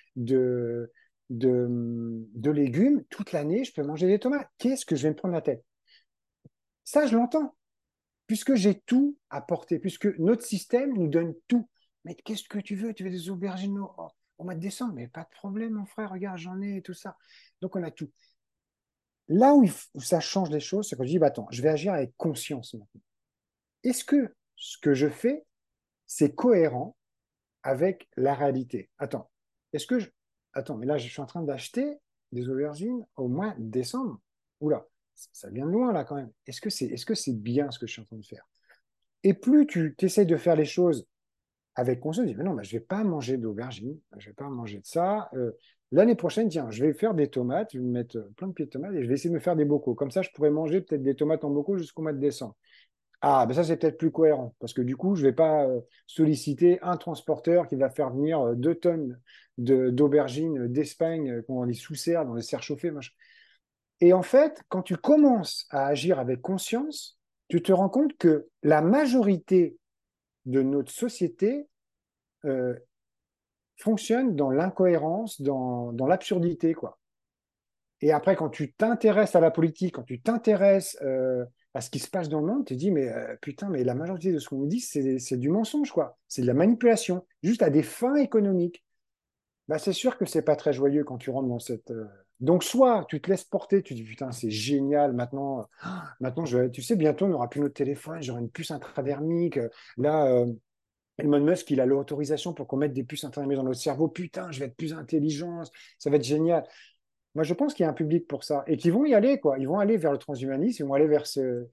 de légumes toute l'année. Je peux manger des tomates. Qu'est-ce que je vais me prendre la tête? Ça, je l'entends, puisque j'ai tout à porter, puisque notre système nous donne tout. Mais qu'est-ce que tu veux? Tu veux des aubergines au mois de décembre? Mais pas de problème, mon frère, regarde, j'en ai et tout ça. Donc, on a tout. Là où ça change les choses, c'est quand je dis, bah, attends, je vais agir avec conscience maintenant. Est-ce que ce que je fais, c'est cohérent avec la réalité? Attends, est-ce que je... Attends, mais là, je suis en train d'acheter des aubergines au mois de décembre. Oula, ça vient de loin, là, quand même. Est-ce que c'est bien ce que je suis en train de faire? Et plus tu essayes de faire les choses avec conscience, tu dis, mais non, bah, je ne vais pas manger d'aubergines, je ne vais pas manger de ça. L'année prochaine, tiens, je vais faire des tomates, je vais me mettre plein de pieds de tomates et je vais essayer de me faire des bocaux. Comme ça, je pourrais manger peut-être des tomates en bocaux jusqu'au mois de décembre. Ah, ben ça, c'est peut-être plus cohérent parce que du coup, je ne vais pas solliciter un transporteur qui va faire venir 2 tonnes d'aubergines d'Espagne qu'on les sous-serre dans les serres chauffées. Machin. Et en fait, quand tu commences à agir avec conscience, tu te rends compte que la majorité de notre société euh, fonctionne dans l'incohérence, dans l'absurdité, quoi. Et après, quand tu t'intéresses à la politique, quand tu t'intéresses à ce qui se passe dans le monde, tu te dis, mais putain, mais la majorité de ce qu'on nous dit, c'est du mensonge, quoi. C'est de la manipulation, juste à des fins économiques. Bah, c'est sûr que c'est pas très joyeux quand tu rentres dans cette. Donc, soit tu te laisses porter, tu te dis, putain, c'est génial, maintenant tu sais, bientôt, on n'aura plus notre téléphone, j'aurai une puce intradermique. Là, Elon Musk, il a l'autorisation pour qu'on mette des puces internes dans notre cerveau. Putain, je vais être plus intelligent, ça va être génial. Moi, je pense qu'il y a un public pour ça et qu'ils vont y aller, quoi. Ils vont aller vers le transhumanisme, ils vont aller vers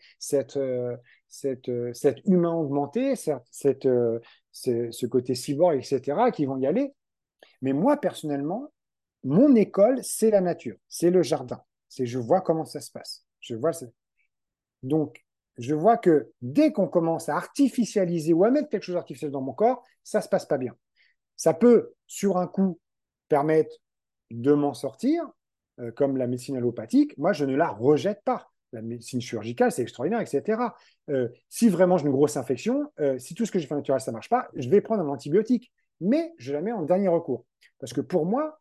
cet humain augmenté, ce côté cyborg, etc., qui vont y aller. Mais moi, personnellement, mon école, c'est la nature, c'est le jardin. Je vois comment ça se passe. Donc, je vois que dès qu'on commence à artificialiser ou à mettre quelque chose d'artificiel dans mon corps, ça ne se passe pas bien. Ça peut, sur un coup, permettre de m'en sortir, comme la médecine allopathique. Moi, je ne la rejette pas. La médecine chirurgicale, c'est extraordinaire, etc. Si vraiment j'ai une grosse infection, si tout ce que j'ai fait naturel, ça ne marche pas, je vais prendre un antibiotique. Mais je la mets en dernier recours. Parce que pour moi,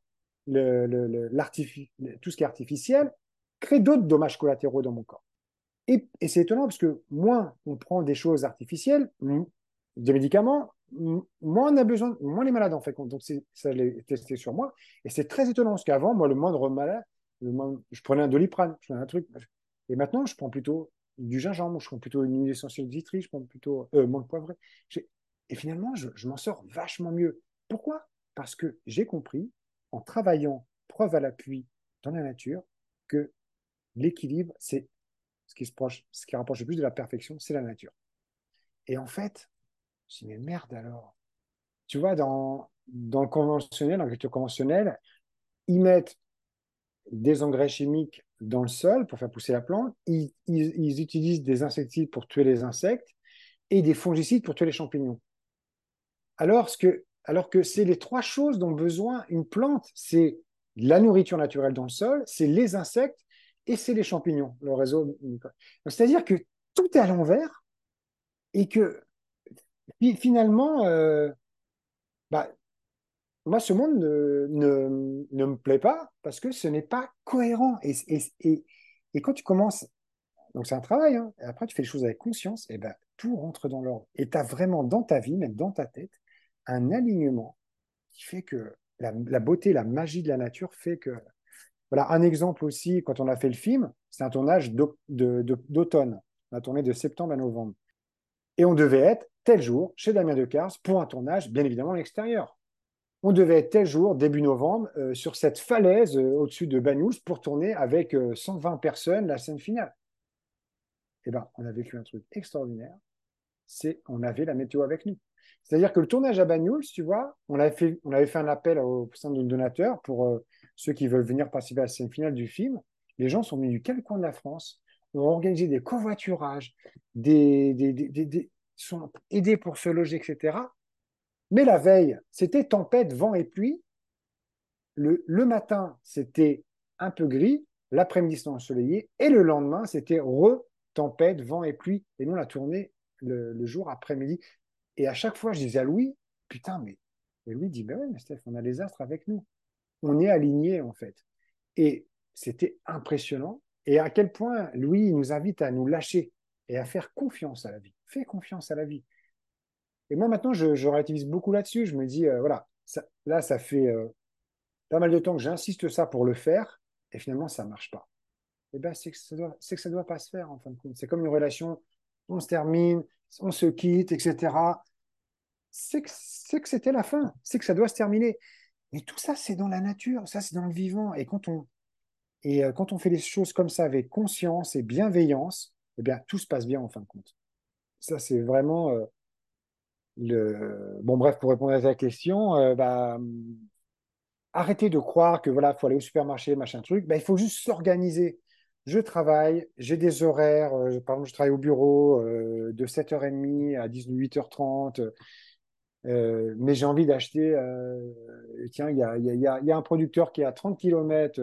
tout ce qui est artificiel crée d'autres dommages collatéraux dans mon corps. Et c'est étonnant parce que moins on prend des choses artificielles, des médicaments, moins on a besoin, moins les malades en fait. Donc ça, je l'ai testé sur moi. Et c'est très étonnant parce qu'avant, moi, le moindre malade, je prenais un Doliprane, je prenais un truc. Et maintenant, je prends plutôt du gingembre, je prends plutôt une huile essentielle de citron, je prends plutôt menthe poivrée. Et finalement, je m'en sors vachement mieux. Pourquoi? Parce que j'ai compris, en travaillant preuve à l'appui dans la nature, que l'équilibre, c'est ce qui rapproche le plus de la perfection, c'est la nature. Et en fait, je me dis, mais merde alors. Tu vois, dans le conventionnel, dans l'agriculture conventionnelle, ils mettent des engrais chimiques dans le sol pour faire pousser la plante. Ils utilisent des insecticides pour tuer les insectes et des fongicides pour tuer les champignons. Alors que c'est les 3 choses dont besoin une plante. C'est la nourriture naturelle dans le sol, c'est les insectes et c'est les champignons, le réseau. C'est-à-dire que tout est à l'envers et que finalement, bah, moi, ce monde ne me plaît pas parce que ce n'est pas cohérent. Et quand tu commences, donc c'est un travail, hein, et après tu fais les choses avec conscience, et ben, tout rentre dans l'ordre. Et tu as vraiment dans ta vie, même dans ta tête, un alignement qui fait que la beauté, la magie de la nature fait que... Voilà, un exemple aussi, quand on a fait le film, c'est un tournage d'automne. On a tourné de septembre à novembre. Et on devait être tel jour chez Damien Decars pour un tournage, bien évidemment, à l'extérieur. On devait être tel jour, début novembre, sur cette falaise au-dessus de Banyuls pour tourner avec 120 personnes la scène finale. eh ben, on a vécu un truc extraordinaire, c'est on avait la météo avec nous. C'est-à-dire que le tournage à Banyuls, tu vois, on avait fait un appel au sein de nos donateurs pour ceux qui veulent venir participer à la scène finale du film. Les gens sont venus du quel coin de la France, ont organisé des covoiturages, sont aidés pour se loger, etc. Mais la veille, c'était tempête, vent et pluie. Le matin, c'était un peu gris. L'après-midi, c'était ensoleillé. Et le lendemain, c'était tempête, vent et pluie. Et nous, on a tourné le jour après-midi. Et à chaque fois, je disais à Louis, putain, mais. Et Louis dit, ben ouais, mais Steph, on a les astres avec nous. On est alignés, en fait. Et c'était impressionnant. Et à quel point Louis nous invite à nous lâcher et à faire confiance à la vie. Fais confiance à la vie. Et moi, maintenant, je relativise beaucoup là-dessus. Je me dis, voilà, là, ça fait pas mal de temps que j'insiste ça pour le faire, et finalement, ça ne marche pas. Et ben, c'est que ça doit pas se faire, en fin de compte. C'est comme une relation, on se termine, on se quitte, etc. C'est que c'était la fin, c'est que ça doit se terminer. Mais tout ça, c'est dans la nature, ça, c'est dans le vivant. Quand on fait les choses comme ça, avec conscience et bienveillance, eh bien, tout se passe bien, en fin de compte. Ça, c'est vraiment le... Bon, bref, pour répondre à ta question, arrêtez de croire que voilà, faut aller au supermarché, machin truc. Ben, il faut juste s'organiser. Je travaille, j'ai des horaires. Par exemple, je travaille au bureau de 7h30 à 18h30. Mais j'ai envie d'acheter. Tiens, il y a un producteur qui est à 30 km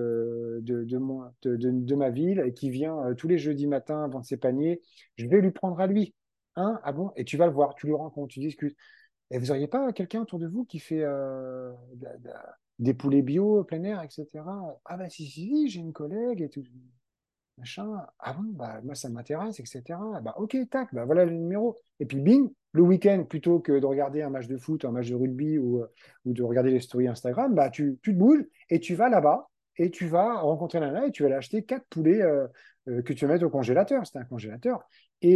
de ma ville et qui vient tous les jeudis matins vendre ses paniers. Je vais lui prendre à lui. Hein? Ah bon? Et tu vas le voir, tu le rencontres, tu discutes. Et vous n'auriez pas quelqu'un autour de vous qui fait des poulets bio, plein air, etc. Ah bah si, j'ai une collègue et tout, machin. Ah bon, bah moi ça m'intéresse, etc. Bah ok, tac, bah voilà le numéro. Et puis bing, le week-end, plutôt que de regarder un match de foot, un match de rugby ou de regarder les stories Instagram, bah tu te bouges et tu vas là-bas et tu vas rencontrer Nana et tu vas aller acheter 4 poulets que tu vas mettre au congélateur. C'était un congélateur.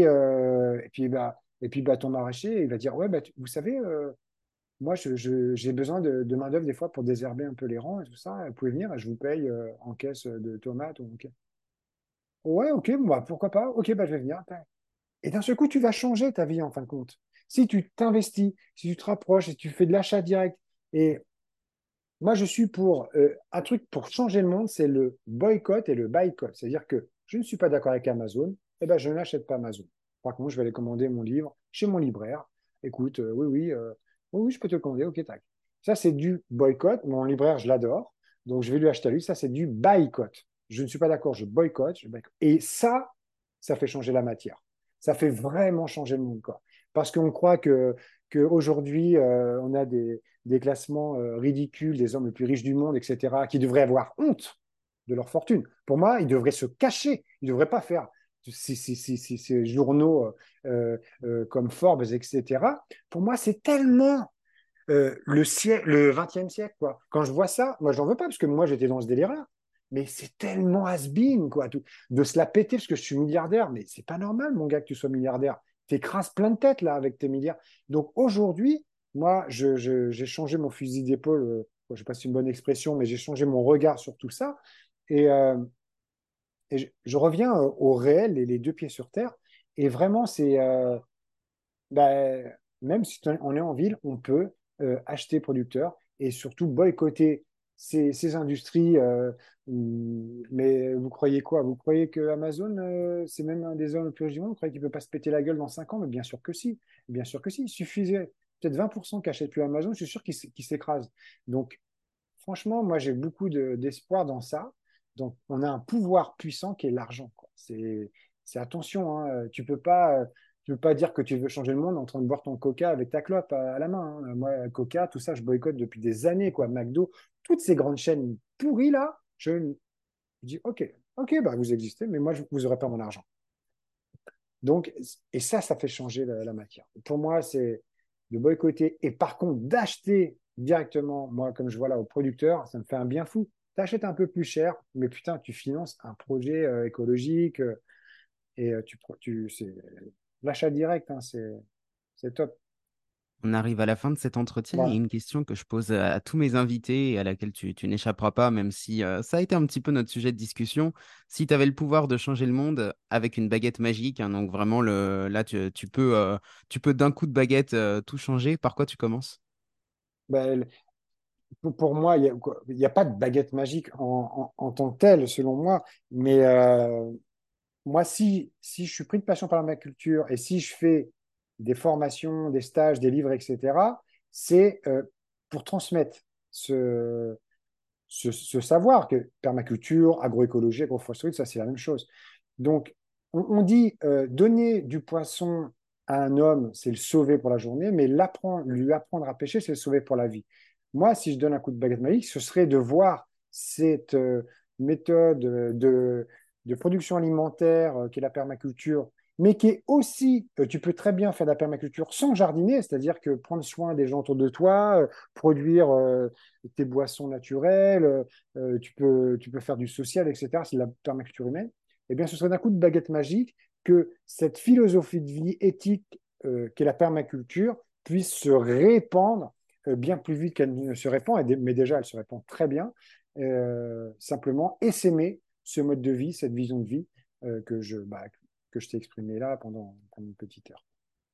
Et puis bah, ton maraîcher, il va dire, ouais, bah, vous savez, moi, j'ai besoin de main-d'œuvre des fois pour désherber un peu les rangs et tout ça. Vous pouvez venir, je vous paye en caisse de tomates. Ouais, ok, bon, bah, pourquoi pas? Ok, bah, je vais venir. Et d'un seul coup, tu vas changer ta vie en fin de compte. Si tu t'investis, si tu te rapproches, si tu fais de l'achat direct. Et moi, je suis pour un truc pour changer le monde, c'est le boycott et le boycott. C'est-à-dire que je ne suis pas d'accord avec Amazon, et ben, je n'achète pas Amazon. Par contre, je vais aller commander mon livre chez mon libraire. Écoute, oui, je peux te le commander, ok, tac. Ça, c'est du boycott. Mon libraire, je l'adore. Donc, je vais lui acheter à lui. Ça, c'est du boycott. Je ne suis pas d'accord, je boycotte, je boycotte. Et ça fait changer la matière. Ça fait vraiment changer le monde, quoi. Parce qu'on croit qu'aujourd'hui, on a des classements ridicules des hommes les plus riches du monde, etc., qui devraient avoir honte de leur fortune. Pour moi, ils devraient se cacher. Ils ne devraient pas faire ces journaux comme Forbes, etc. Pour moi, c'est tellement le 20e siècle, quoi. Quand je vois ça, moi, je n'en veux pas, parce que moi, j'étais dans ce délire-là. Mais c'est tellement has-been, quoi, de se la péter parce que je suis milliardaire. Mais c'est pas normal, mon gars, que tu sois milliardaire. T'écrases plein de têtes, là, avec tes milliards. Donc, aujourd'hui, moi, j'ai changé mon fusil d'épaule. Je ne sais pas si c'est une bonne expression, mais j'ai changé mon regard sur tout ça. Et, je reviens au réel et les deux pieds sur terre. Et vraiment, ben, même si on est en ville, on peut acheter producteur et surtout boycotter ces industries. Mais vous croyez quoi? Vous croyez que Amazon, c'est même un des hommes les plus riches du monde? Vous croyez qu'il ne peut pas se péter la gueule dans 5 ans? Mais bien sûr que si. Bien sûr que si. Il suffisait peut-être 20% qui n'achètent plus Amazon, je suis sûr qu'ils s'écrasent. Donc, franchement, moi, j'ai beaucoup d'espoir dans ça. Donc, on a un pouvoir puissant qui est l'argent, quoi. C'est attention, hein, tu peux pas dire que tu veux changer le monde en train de boire ton Coca avec ta clope à la main, hein. Moi, Coca, tout ça, je boycotte depuis des années, quoi. McDo, toutes ces grandes chaînes pourries là, je dis ok, bah vous existez, mais moi, vous n'aurez pas mon argent. Donc, et ça fait changer la matière. Pour moi, c'est de boycotter et par contre d'acheter directement, moi, comme je vois là, au producteur, ça me fait un bien fou. Tu achètes un peu plus cher, mais putain, tu finances un projet écologique et c'est l'achat direct, hein, c'est top. On arrive à la fin de cet entretien. Il y a Voilà. une question que je pose à tous mes invités et à laquelle tu n'échapperas pas, même si ça a été un petit peu notre sujet de discussion. Si tu avais le pouvoir de changer le monde avec une baguette magique, hein, donc vraiment là tu peux d'un coup de baguette tout changer, par quoi tu commences? Ben, pour moi, il y a pas de baguette magique en tant que telle, selon moi. Mais moi, si je suis pris de passion par la culture et si je fais des formations, des stages, des livres, etc., c'est pour transmettre ce, ce savoir que permaculture, agroécologie, agroforesterie, ça c'est la même chose. Donc, on dit donner du poisson à un homme, c'est le sauver pour la journée, mais lui apprendre à pêcher, c'est le sauver pour la vie. Moi, si je donne un coup de baguette magique, ce serait de voir cette méthode de production alimentaire qui est la permaculture, mais qui est aussi, tu peux très bien faire de la permaculture sans jardiner, c'est-à-dire que prendre soin des gens autour de toi, produire tes boissons naturelles, tu peux faire du social, etc. C'est de la permaculture humaine. Eh bien, ce serait d'un coup de baguette magique que cette philosophie de vie éthique qu'est la permaculture puisse se répandre bien plus vite qu'elle ne se répand, mais déjà elle se répand très bien, simplement essaimer ce mode de vie, cette vision de vie que je t'ai exprimé là pendant une petite heure.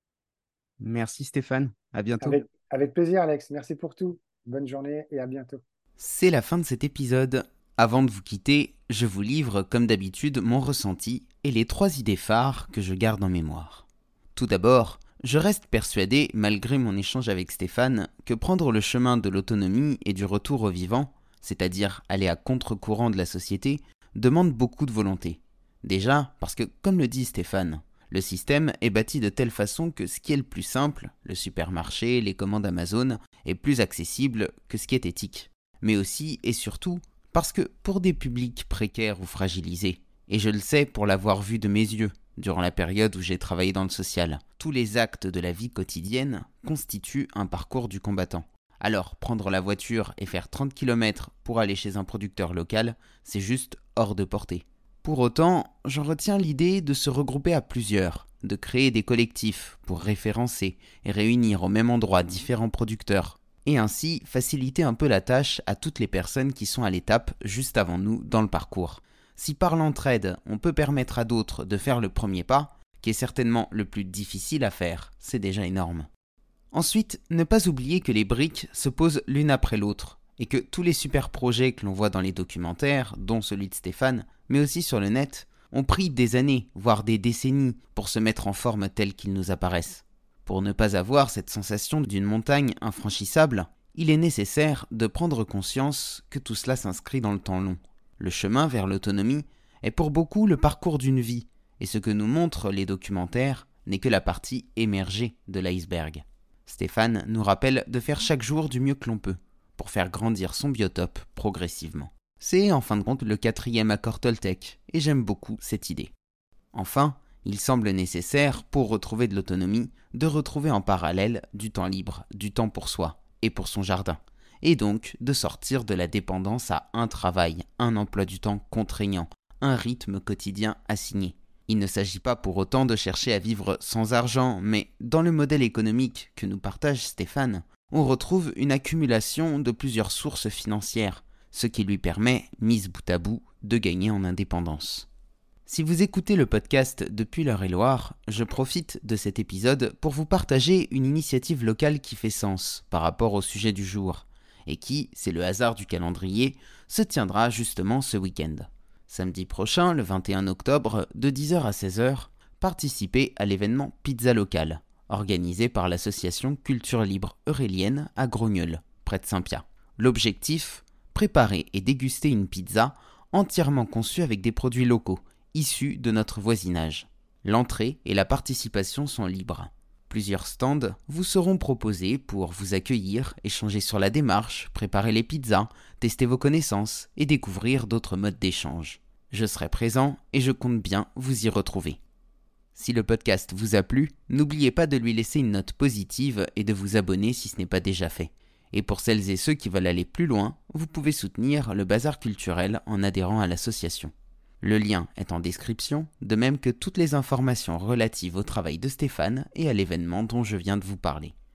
Merci Stéphane, à bientôt. Avec plaisir, Alex. Merci pour tout. Bonne journée et à bientôt. C'est la fin de cet épisode. Avant de vous quitter, je vous livre, comme d'habitude, mon ressenti et les 3 idées phares que je garde en mémoire. Tout d'abord, je reste persuadé, malgré mon échange avec Stéphane, que prendre le chemin de l'autonomie et du retour au vivant, c'est-à-dire aller à contre-courant de la société, demande beaucoup de volonté. Déjà, parce que, comme le dit Stéphane, le système est bâti de telle façon que ce qui est le plus simple, le supermarché, les commandes Amazon, est plus accessible que ce qui est éthique. Mais aussi et surtout parce que pour des publics précaires ou fragilisés, et je le sais pour l'avoir vu de mes yeux durant la période où j'ai travaillé dans le social, tous les actes de la vie quotidienne constituent un parcours du combattant. Alors prendre la voiture et faire 30 km pour aller chez un producteur local, c'est juste hors de portée. Pour autant, j'en retiens l'idée de se regrouper à plusieurs, de créer des collectifs pour référencer et réunir au même endroit différents producteurs, et ainsi faciliter un peu la tâche à toutes les personnes qui sont à l'étape juste avant nous dans le parcours. Si par l'entraide, on peut permettre à d'autres de faire le premier pas, qui est certainement le plus difficile à faire, c'est déjà énorme. Ensuite, ne pas oublier que les briques se posent l'une après l'autre, et que tous les super projets que l'on voit dans les documentaires, dont celui de Stéphane, mais aussi sur le net, ont pris des années, voire des décennies, pour se mettre en forme tels qu'ils nous apparaissent. Pour ne pas avoir cette sensation d'une montagne infranchissable, il est nécessaire de prendre conscience que tout cela s'inscrit dans le temps long. Le chemin vers l'autonomie est pour beaucoup le parcours d'une vie, et ce que nous montrent les documentaires n'est que la partie émergée de l'iceberg. Stéphane nous rappelle de faire chaque jour du mieux que l'on peut, pour faire grandir son biotope progressivement. C'est en fin de compte le 4e accord Toltec, et j'aime beaucoup cette idée. Enfin, il semble nécessaire, pour retrouver de l'autonomie, de retrouver en parallèle du temps libre, du temps pour soi et pour son jardin, et donc de sortir de la dépendance à un travail, un emploi du temps contraignant, un rythme quotidien assigné. Il ne s'agit pas pour autant de chercher à vivre sans argent, mais dans le modèle économique que nous partage Stéphane, on retrouve une accumulation de plusieurs sources financières, ce qui lui permet, mise bout à bout, de gagner en indépendance. Si vous écoutez le podcast depuis l'Eure-et-Loir, je profite de cet épisode pour vous partager une initiative locale qui fait sens par rapport au sujet du jour, et qui, c'est le hasard du calendrier, se tiendra justement ce week-end. Samedi prochain, le 21 octobre, de 10h à 16h, participez à l'événement Pizza Locale, organisé par l'association Culture Libre Eurélienne à Grogneul, près de Saint-Pia. L'objectif, préparer et déguster une pizza entièrement conçue avec des produits locaux, issus de notre voisinage. L'entrée et la participation sont libres. Plusieurs stands vous seront proposés pour vous accueillir, échanger sur la démarche, préparer les pizzas, tester vos connaissances et découvrir d'autres modes d'échange. Je serai présent et je compte bien vous y retrouver. Si le podcast vous a plu, n'oubliez pas de lui laisser une note positive et de vous abonner si ce n'est pas déjà fait. Et pour celles et ceux qui veulent aller plus loin, vous pouvez soutenir le Bazar culturel en adhérant à l'association. Le lien est en description, de même que toutes les informations relatives au travail de Stéphane et à l'événement dont je viens de vous parler.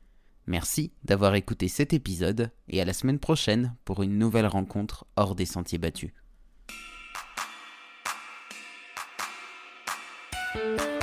Merci d'avoir écouté cet épisode et à la semaine prochaine pour une nouvelle rencontre hors des sentiers battus.